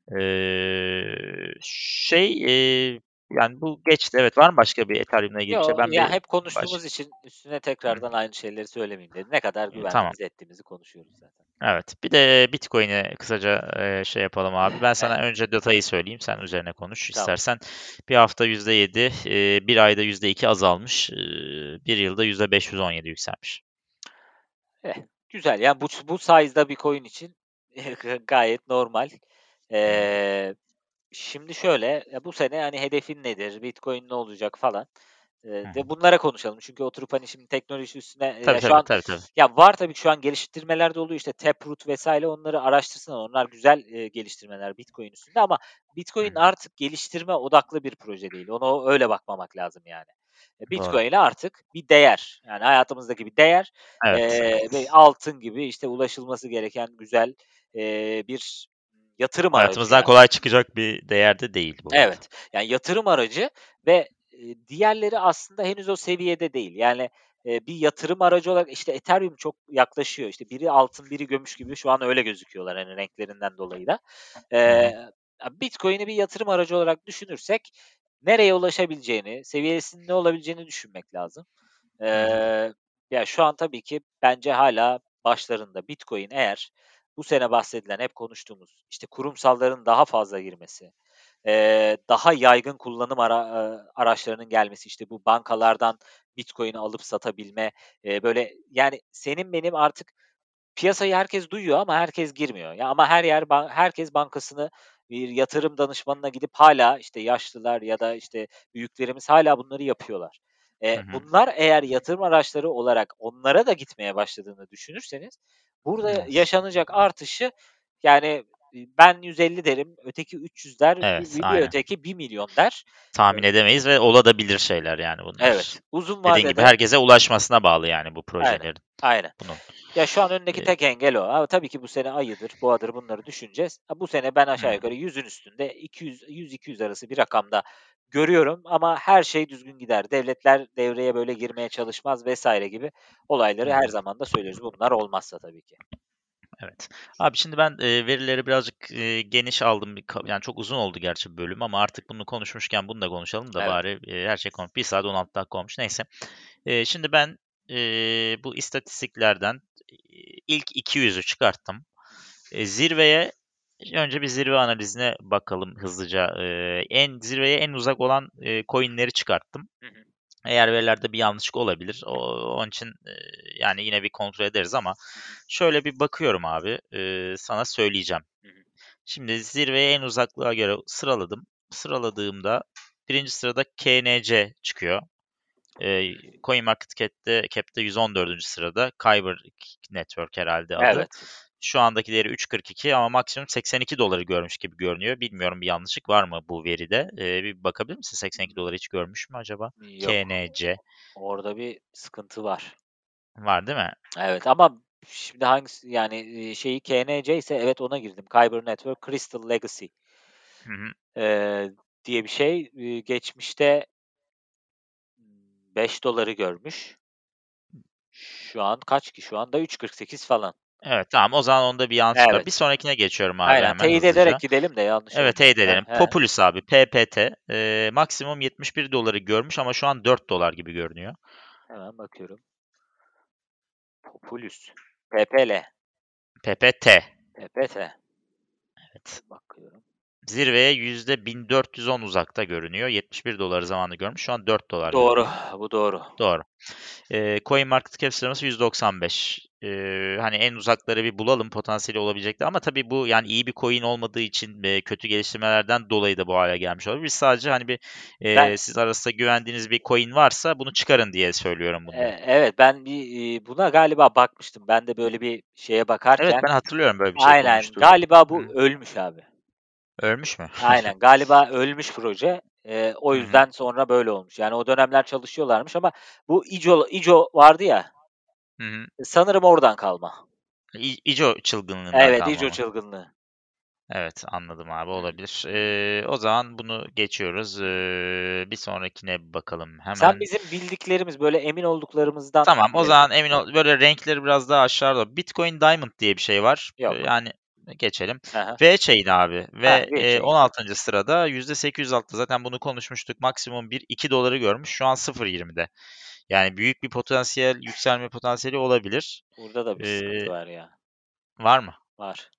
Eee, şey, eee, yani bu geçti. Evet, var mı başka bir Ethereum'la ilgili bir şey? Yo, Ben ya bir hep baş konuştuğumuz için üstüne tekrardan aynı şeyleri söylemeyeyim dedim. Ne kadar Eee, tamam. güvendiğimizi ettiğimizi konuşuyoruz zaten. Evet. Bir de Bitcoin'i kısaca, eee, şey yapalım abi. Ben sana Evet, önce datayı söyleyeyim, sen üzerine konuş tamam. istersen. Bir hafta yüzde yedi, eee, bir ayda yüzde iki azalmış, eee, bir yılda yüzde beş yüz on yedi yükselmiş. Eh, güzel. Yani bu bu size'da bir coin için gayet normal. Hı hı. Eee, şimdi şöyle, ya bu sene, hani, hedefin nedir? Bitcoin ne olacak falan? Hı Eee, hı. de bunlara konuşalım. Çünkü oturup, hani, şimdi teknoloji üstüne, eee, Tabii, ya şu tabii, an tabii, tabii. ya var tabii ki şu an geliştirmeler de oluyor. İşte Taproot vesaire onları araştırsınlar. Onlar güzel, eee, geliştirmeler Bitcoin üstünde ama Hı Bitcoin hı. artık geliştirme odaklı bir proje değil. Ona öyle bakmamak lazım yani. E, Doğru. Bitcoin artık bir değer. Yani hayatımızdaki bir değer. Evet, Eee, ve evet. altın gibi, işte, ulaşılması gereken güzel, eee, bir yatırım aracı Hayatımızdan yani. kolay çıkacak bir değer de değil bu arada. Evet, yani yatırım aracı ve, eee, diğerleri aslında henüz o seviyede değil. Yani, eee, bir yatırım aracı olarak, işte, Ethereum çok yaklaşıyor. İşte, biri altın, biri gümüş gibi şu an öyle gözüküyorlar, hani, renklerinden dolayı da. Hı hı. Eee, Bitcoin'i bir yatırım aracı olarak düşünürsek nereye ulaşabileceğini, seviyesinin ne olabileceğini düşünmek lazım. Hı hı. Eee, ya, şu an tabii ki bence hâlâ başlarında. Bitcoin eğer bu sene bahsedilen, hep konuştuğumuz, işte, kurumsalların daha fazla girmesi, eee, daha yaygın kullanım ara eee, araçlarının gelmesi, işte, bu bankalardan Bitcoin'i alıp satabilme, eee, böyle, yani, senin benim artık piyasayı herkes duyuyor ama herkes girmiyor. Ya, ama her yer ban herkes bankasını bir yatırım danışmanına gidip hâlâ, işte, yaşlılar ya da, işte, büyüklerimiz hâlâ bunları yapıyorlar. Hı Eee, hı. bunlar eğer yatırım araçları olarak onlara da gitmeye başladığını düşünürseniz burada Evet. yaşanacak artışı, yani, iii, ben yüz elli derim, öteki üç yüz der, Evet, bir bir aynen. öteki bir milyon der. Tahmin edemeyiz ve olabilir şeyler yani bunlar. Evet, uzun Dediğin gibi vadede. herkese ulaşmasına bağlı yani bu Aynen, projelerin, aynen. bunun. Ya, şu an önündeki Eee tek engel o. Ama tabii ki bu sene ayıdır, boğadır bunları düşüneceğiz. Ha, bu sene ben Hı aşağı hı. yukarı yüzün üstünde iki yüz yüz iki yüz arası bir rakamda görüyorum ama her şey düzgün gider. Devletler devreye böyle girmeye çalışmaz vesaire gibi Hı olayları her hı. zaman da söylüyoruz. Bunlar olmazsa tabii ki. Evet. Abi şimdi ben, eee, verileri birazcık, eee, geniş aldım. Bir ka yani çok uzun oldu gerçi bölüm ama artık bunu konuşmuşken bunu da konuşalım da Evet. bari, eee, her şey konu bir saat on altı dakika olmuş. Neyse. Eee, şimdi ben, eee, bu istatistiklerden, eee, ilk iki yüzü çıkarttım. Hı hı. Eee, zirveye önce bir zirve analizine bakalım hızlıca. Eee, en zirveye en uzak olan, eee, coin'leri çıkarttım. Hı hı. Eğer verilerde bir yanlışlık olabilir. O onun için, eee, yani yine bir kontrol ederiz ama Hı hı. şöyle bir bakıyorum abi, eee, sana söyleyeceğim. Hı hı. Şimdi zirveye en uzaklığa göre sıraladım. Sıraladığımda birinci sırada K N C çıkıyor. Eee, CoinMarketCap'te Cap'te yüz on dördüncü sırada. Kyber Network herhalde adı. Evet. Şu andaki değeri üç virgül kırk iki ama maksimum seksen iki doları görmüş gibi görünüyor. Bilmiyorum bir yanlışlık var mı bu veride? Eee, bir bakabilir misin? seksen iki doları hiç görmüş mü acaba? Yok. K N C Orada bir sıkıntı var. var değil mi? Evet ama şimdi hangisi yani, eee, şeyi K N C ise evet ona girdim. Kyber Network Crystal Legacy, Hı hı. eee, diye bir şey. Eee, geçmişte beş doları görmüş. Şu an kaç ki? Şu anda üç kırk sekiz falan. Evet, tamam o zaman onda bir yanlışlık var. Bir Evet. sonrakine geçiyorum abi Aynen. hemen Teyit ederek hızlıca. gidelim de yanlış Evet, teyit olmasın. He edelim. he. Populus abi, P P T. Eee, maksimum yetmiş bir doları görmüş ama şu an dört dolar gibi görünüyor. Hemen bakıyorum. Populus. P P L. P P T. P P T. Evet. Bakıyorum. Zirveye yüzde bin dört yüz on uzakta görünüyor. yetmiş bir doları zamanında görmüş. Şu an dört dolar Doğru. görünüyor. Bu doğru. Doğru. Eee, CoinMarketCap sıralaması yüz doksan beş. Eee, hani en uzakları bir bulalım potansiyeli olabilecekler ama tabii bu yani iyi bir coin olmadığı için ve kötü geliştirmelerden dolayı da bu hale gelmiş olabilir. Biz sadece hani bir eee, Ben siz arasında güvendiğiniz bir coin varsa bunu çıkarın diye söylüyorum bunları. Eee, evet, ben bir, iii, buna galiba bakmıştım. Ben de böyle bir şeye Evet bakarken ben hatırlıyorum böyle bir şey aynen, konuştuğunu. galiba bu Hı. ölmüş abi. Ölmüş mü? Aynen. Galiba ölmüş proje. Eee, o Hı hı. yüzden sonra böyle olmuş. Yani o dönemler çalışıyorlarmış ama bu ico ico vardı ya, Hı hı. sanırım oradan kalma. İ ico çılgınlığından Evet, kalma ico mı? çılgınlığı. Evet, anladım abi, Hı hı. olabilir. Hı hı. Eee, o zaman bunu geçiyoruz. Hı hı. Eee, bir sonrakine bakalım Sen hemen. bizim bildiklerimiz, böyle emin olduklarımızdan Tamam, o gidelim. zaman emin ol, böyle renkleri biraz daha aşağıda. Bitcoin Diamond diye bir şey var. Eee, Yok. yani geçelim. Hı hı. V-Chain abi Heh, ve eee, VeChain. on altıncı sırada yüzde sekiz yüz altıda, zaten bunu konuşmuştuk. Maksimum bir iki doları görmüş. Şu an sıfır virgül yirmide. Yani büyük bir potansiyel, yükselme potansiyeli olabilir. Burada da bir sıkıntı Eee, var ya. var mı? Var.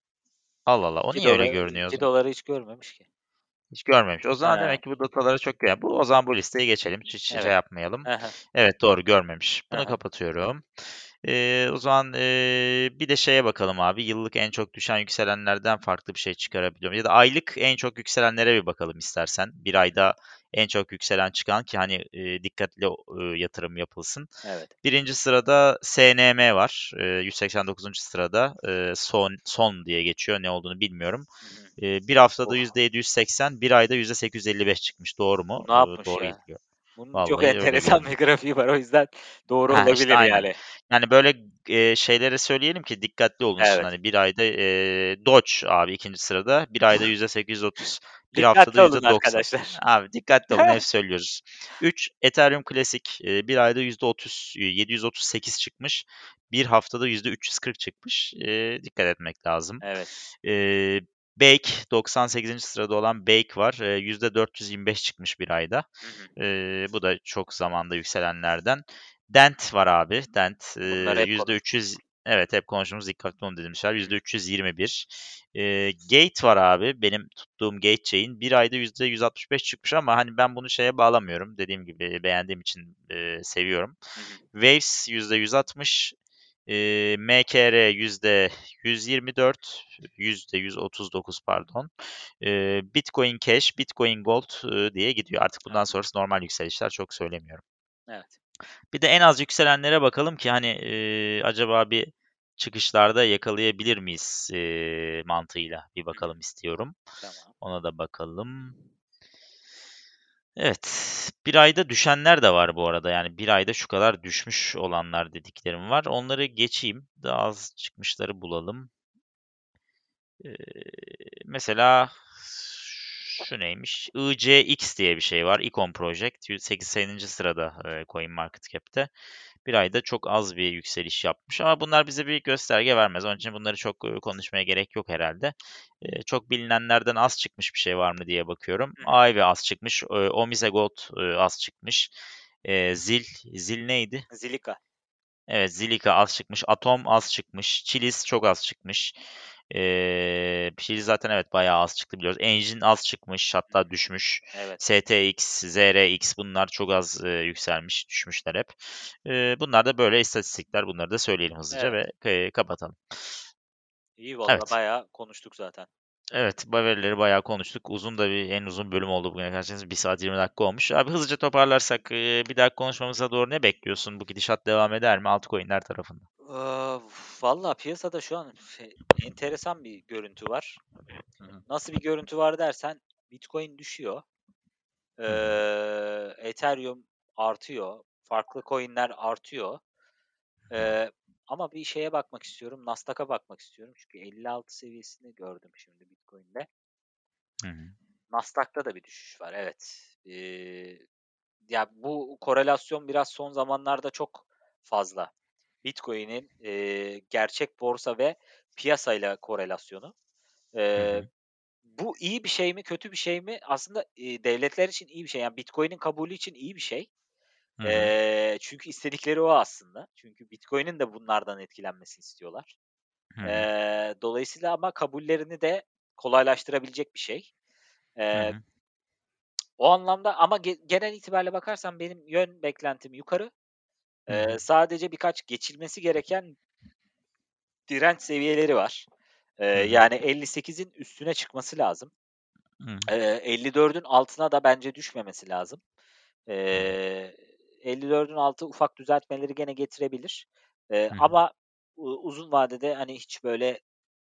Allah Allah. O iki niye öyle dolar görünüyor o iki zaman? doları hiç görmemiş ki. Hiç görmemiş. O zaman He, demek ki bu dataları çok güzel. Bu, o zaman bu listeye geçelim. Hiç hiç şey evet. yapmayalım. Hı hı. Evet, doğru, görmemiş. Hı Bunu hı. kapatıyorum. Eee, o zaman eee, bir de şeye bakalım abi. Yıllık en çok düşen yükselenlerden farklı bir şey çıkarabiliyorum. Ya da aylık en çok yükselenlere bir bakalım istersen. Bir ayda en çok yükselen çıkan, ki hani eee, dikkatli eee, yatırım yapılsın. Evet. Birinci sırada S N M var. Eee, yüz seksen dokuzuncu sırada. Eee, son, son diye geçiyor. Ne olduğunu bilmiyorum. Hı hı. Eee, bir haftada Of, yüzde yedi yüz seksen, bir ayda yüzde sekiz yüz elli beş çıkmış. Doğru mu? bu ne Eee, yapmış doğru ya? gidiyor. Bunun çok Vallahi öyle enteresan görünüyor. bir grafiği var. O yüzden doğru Ha, işte olabilir aynen. yani. Yani böyle, eee, şeylere söyleyelim ki dikkatli olunsun. Evet. Hani bir ayda, eee, Doge abi ikinci sırada. Bir ayda yüzde sekiz yüz otuz, bir haftada Dikkatli olun yüzde doksan. arkadaşlar. Abi dikkatli olun, hep söylüyoruz. üç Ethereum Classic, eee, bir ayda yüzde otuz, eee, yedi yüz otuz sekiz çıkmış. Bir haftada yüzde üç yüz kırk çıkmış. Eee, dikkat etmek lazım. Evet. Eee, Bake doksan sekizinci sırada olan Bake var. Eee, yüzde dört yüz yirmi beş çıkmış bir ayda. Hı hı. Eee, bu da çok zamanda yükselenlerden. Dent var abi. Dent, eee, Bunları hep yüzde üç yüz, konuşuruz. evet, hep konuştuğumuz, dikkatli olun demişler. Hı yüzde hı. üç yüz yirmi bir. Eee, Gate var abi. Benim tuttuğum Gate Chain. Bir ayda yüzde yüz altmış beş çıkmış ama hani ben bunu şeye bağlamıyorum. Dediğim gibi beğendiğim için eee, seviyorum. Hı hı. Waves yüzde yüz altmış. Eee, M K R yüzde yüz yirmi dört, yüzde yüz otuz dokuz pardon. Eee, Bitcoin Cash, Bitcoin Gold eee, diye gidiyor. Artık bundan Anladım. sonrası normal yükselişler, çok söylemiyorum. Evet. Bir de en az yükselenlere bakalım ki hani eee, acaba bir çıkışlarda yakalayabilir miyiz eee, mantığıyla bir Hı hı. bakalım istiyorum. Tamam. Ona da bakalım. Evet, bir ayda düşenler de var bu arada. Yani bir ayda şu kadar düşmüş olanlar dediklerim var. Onları geçeyim. Daha az çıkmışları bulalım. Eee, mesela şu neymiş? I C X diye bir şey var. Icon Project. yüz sekseninci sırada eee, CoinMarketCap'te. Bir ayda çok az bir yükseliş yapmış ama bunlar bize bir gösterge vermez. Onun için bunları çok eee, konuşmaya gerek yok herhalde. Eee, çok bilinenlerden az çıkmış bir şey var mı diye bakıyorum. Hı hı. A I V az çıkmış. Eee, Omise Gold eee, az çıkmış. Eee, Zil, Zil neydi? Zilika. Evet, Zilliqa az çıkmış. Atom az çıkmış. Chiliz çok az çıkmış. Ee, Chiliz zaten evet bayağı az çıktı biliyoruz. Engine az çıkmış, Hı hı. hatta düşmüş. Evet. S T X, Z R X bunlar çok az e, yükselmiş, düşmüşler hep. Ee, bunlar da böyle istatistikler. Bunları da söyleyelim hızlıca Evet. ve e, kapatalım. İyi valla, Evet. bayağı konuştuk zaten. Evet, bu verileri bayağı konuştuk. Uzun da bir, en uzun bölüm oldu bugüne karşınız. bir saat yirmi dakika olmuş. Abi hızlıca toparlarsak e, bir daha konuşmamıza doğru ne bekliyorsun? Bu gidişat devam eder mi altcoin'ler tarafında? Eee, valla piyasada şu an şey, enteresan bir görüntü var. Hı hı. Nasıl bir görüntü var dersen, Bitcoin düşüyor. Hı hı. Eee, Ethereum artıyor. Farklı coin'ler artıyor. Eee, ama bir şeye bakmak istiyorum. Nasdaq'a bakmak istiyorum. Çünkü elli altı seviyesini gördüm şimdi Bitcoin'de. Hı hı. Nasdaq'ta da bir düşüş var. Evet. Eee, ya bu korelasyon biraz son zamanlarda çok fazla. Bitcoin'in eee, gerçek borsa ve piyasayla korelasyonu. Hı Eee, hı. bu iyi bir şey mi, kötü bir şey mi? Aslında eee, devletler için iyi bir şey. Yani Bitcoin'in kabulü için iyi bir şey. Hı hı. Eee, çünkü istedikleri o aslında. Çünkü Bitcoin'in de bunlardan etkilenmesini istiyorlar. Hı hı. Eee, dolayısıyla ama kabullerini de kolaylaştırabilecek bir şey. Hı Eee, hı. o anlamda ama ge genel itibariyle bakarsan benim yön beklentim yukarı. Hı hı. Eee, sadece birkaç geçilmesi gereken direnç seviyeleri var. Eee, Hı hı. yani elli sekizin üstüne çıkması lazım. Hı hı. Eee, elli dördün altına da bence düşmemesi lazım. Hı hı. Eee, elli dördün altı ufak düzeltmeleri gene getirebilir. Eee, Hı hı. ama u uzun vadede, hani, hiç böyle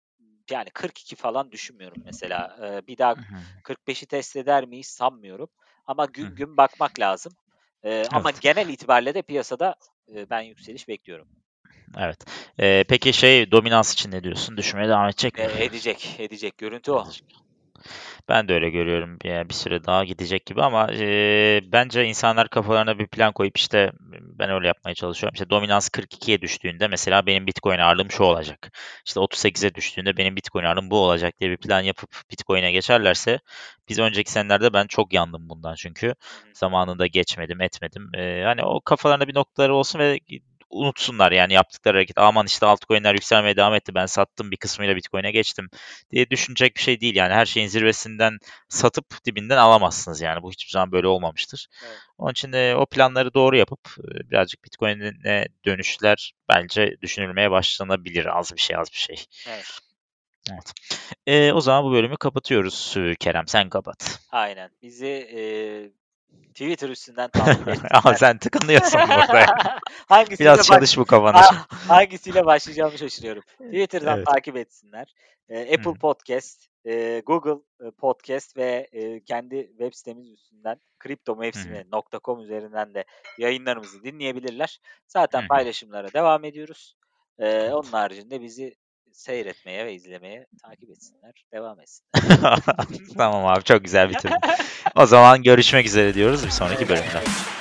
yani kırk iki falan düşünmüyorum mesela. Eee, bir daha Hı hı. kırk beşi test eder miyiz sanmıyorum ama Hı gün hı. gün bakmak lazım. Eee, ama Evet. genel itibariyle de piyasada, eee, ben yükseliş bekliyorum. Evet. Eee, peki şey dominans için ne diyorsun? Düşmeye devam edecek mi? Eee, edecek, edecek. Görüntü o. Edecek. Ben de öyle görüyorum. Yani bir süre daha gidecek gibi ama eee, bence insanlar kafalarına bir plan koyup işte ben öyle yapmaya çalışıyorum. İşte dominans kırk ikiye düştüğünde mesela benim Bitcoin ağırlığım şu olacak. İşte otuz sekize düştüğünde benim Bitcoin ağırlığım bu olacak diye bir plan yapıp Bitcoin'e geçerlerse biz önceki senelerde ben çok yandım bundan çünkü. Hı hı. Zamanında geçmedim, etmedim. Eee, hani o kafalarında bir noktaları olsun ve unutsunlar yani yaptıkları hareket. Aman işte altcoin'ler yükselmeye devam etti. Ben sattım bir kısmıyla Bitcoin'e geçtim diye düşünecek bir şey değil. Yani her şeyin zirvesinden satıp dibinden alamazsınız yani. Bu hiçbir zaman böyle olmamıştır. Evet, Onun için de o planları doğru yapıp e, birazcık Bitcoin'e dönüşler bence düşünülmeye başlanabilir. Az bir şey, az bir şey. evet. Evet. E, o zaman bu bölümü kapatıyoruz. E, Kerem sen kapat. Aynen. Bizi, eee, Twitter üstünden takip Ama etsinler. sen tıkınıyorsun burada ya. Biraz Hangisiyle baş çalış bu kafanı ha şimdi. hangisiyle başlayacağımı şaşırıyorum. Twitter'dan Evet. takip etsinler. Eee, Hı Apple hı. Podcast, eee, Google, eee, Podcast ve, eee, kendi web sitemiz üstünden Hı hı. kriptomevsimi nokta com üzerinden de yayınlarımızı dinleyebilirler. Zaten Hı hı. paylaşımlara devam ediyoruz. Eee, onun Evet. haricinde bizi seyretmeye ve izlemeye takip etsinler, devam etsinler. Tamam abi çok güzel bitirdin. O zaman görüşmek üzere diyoruz bir sonraki Öyle, bölümde. öyle.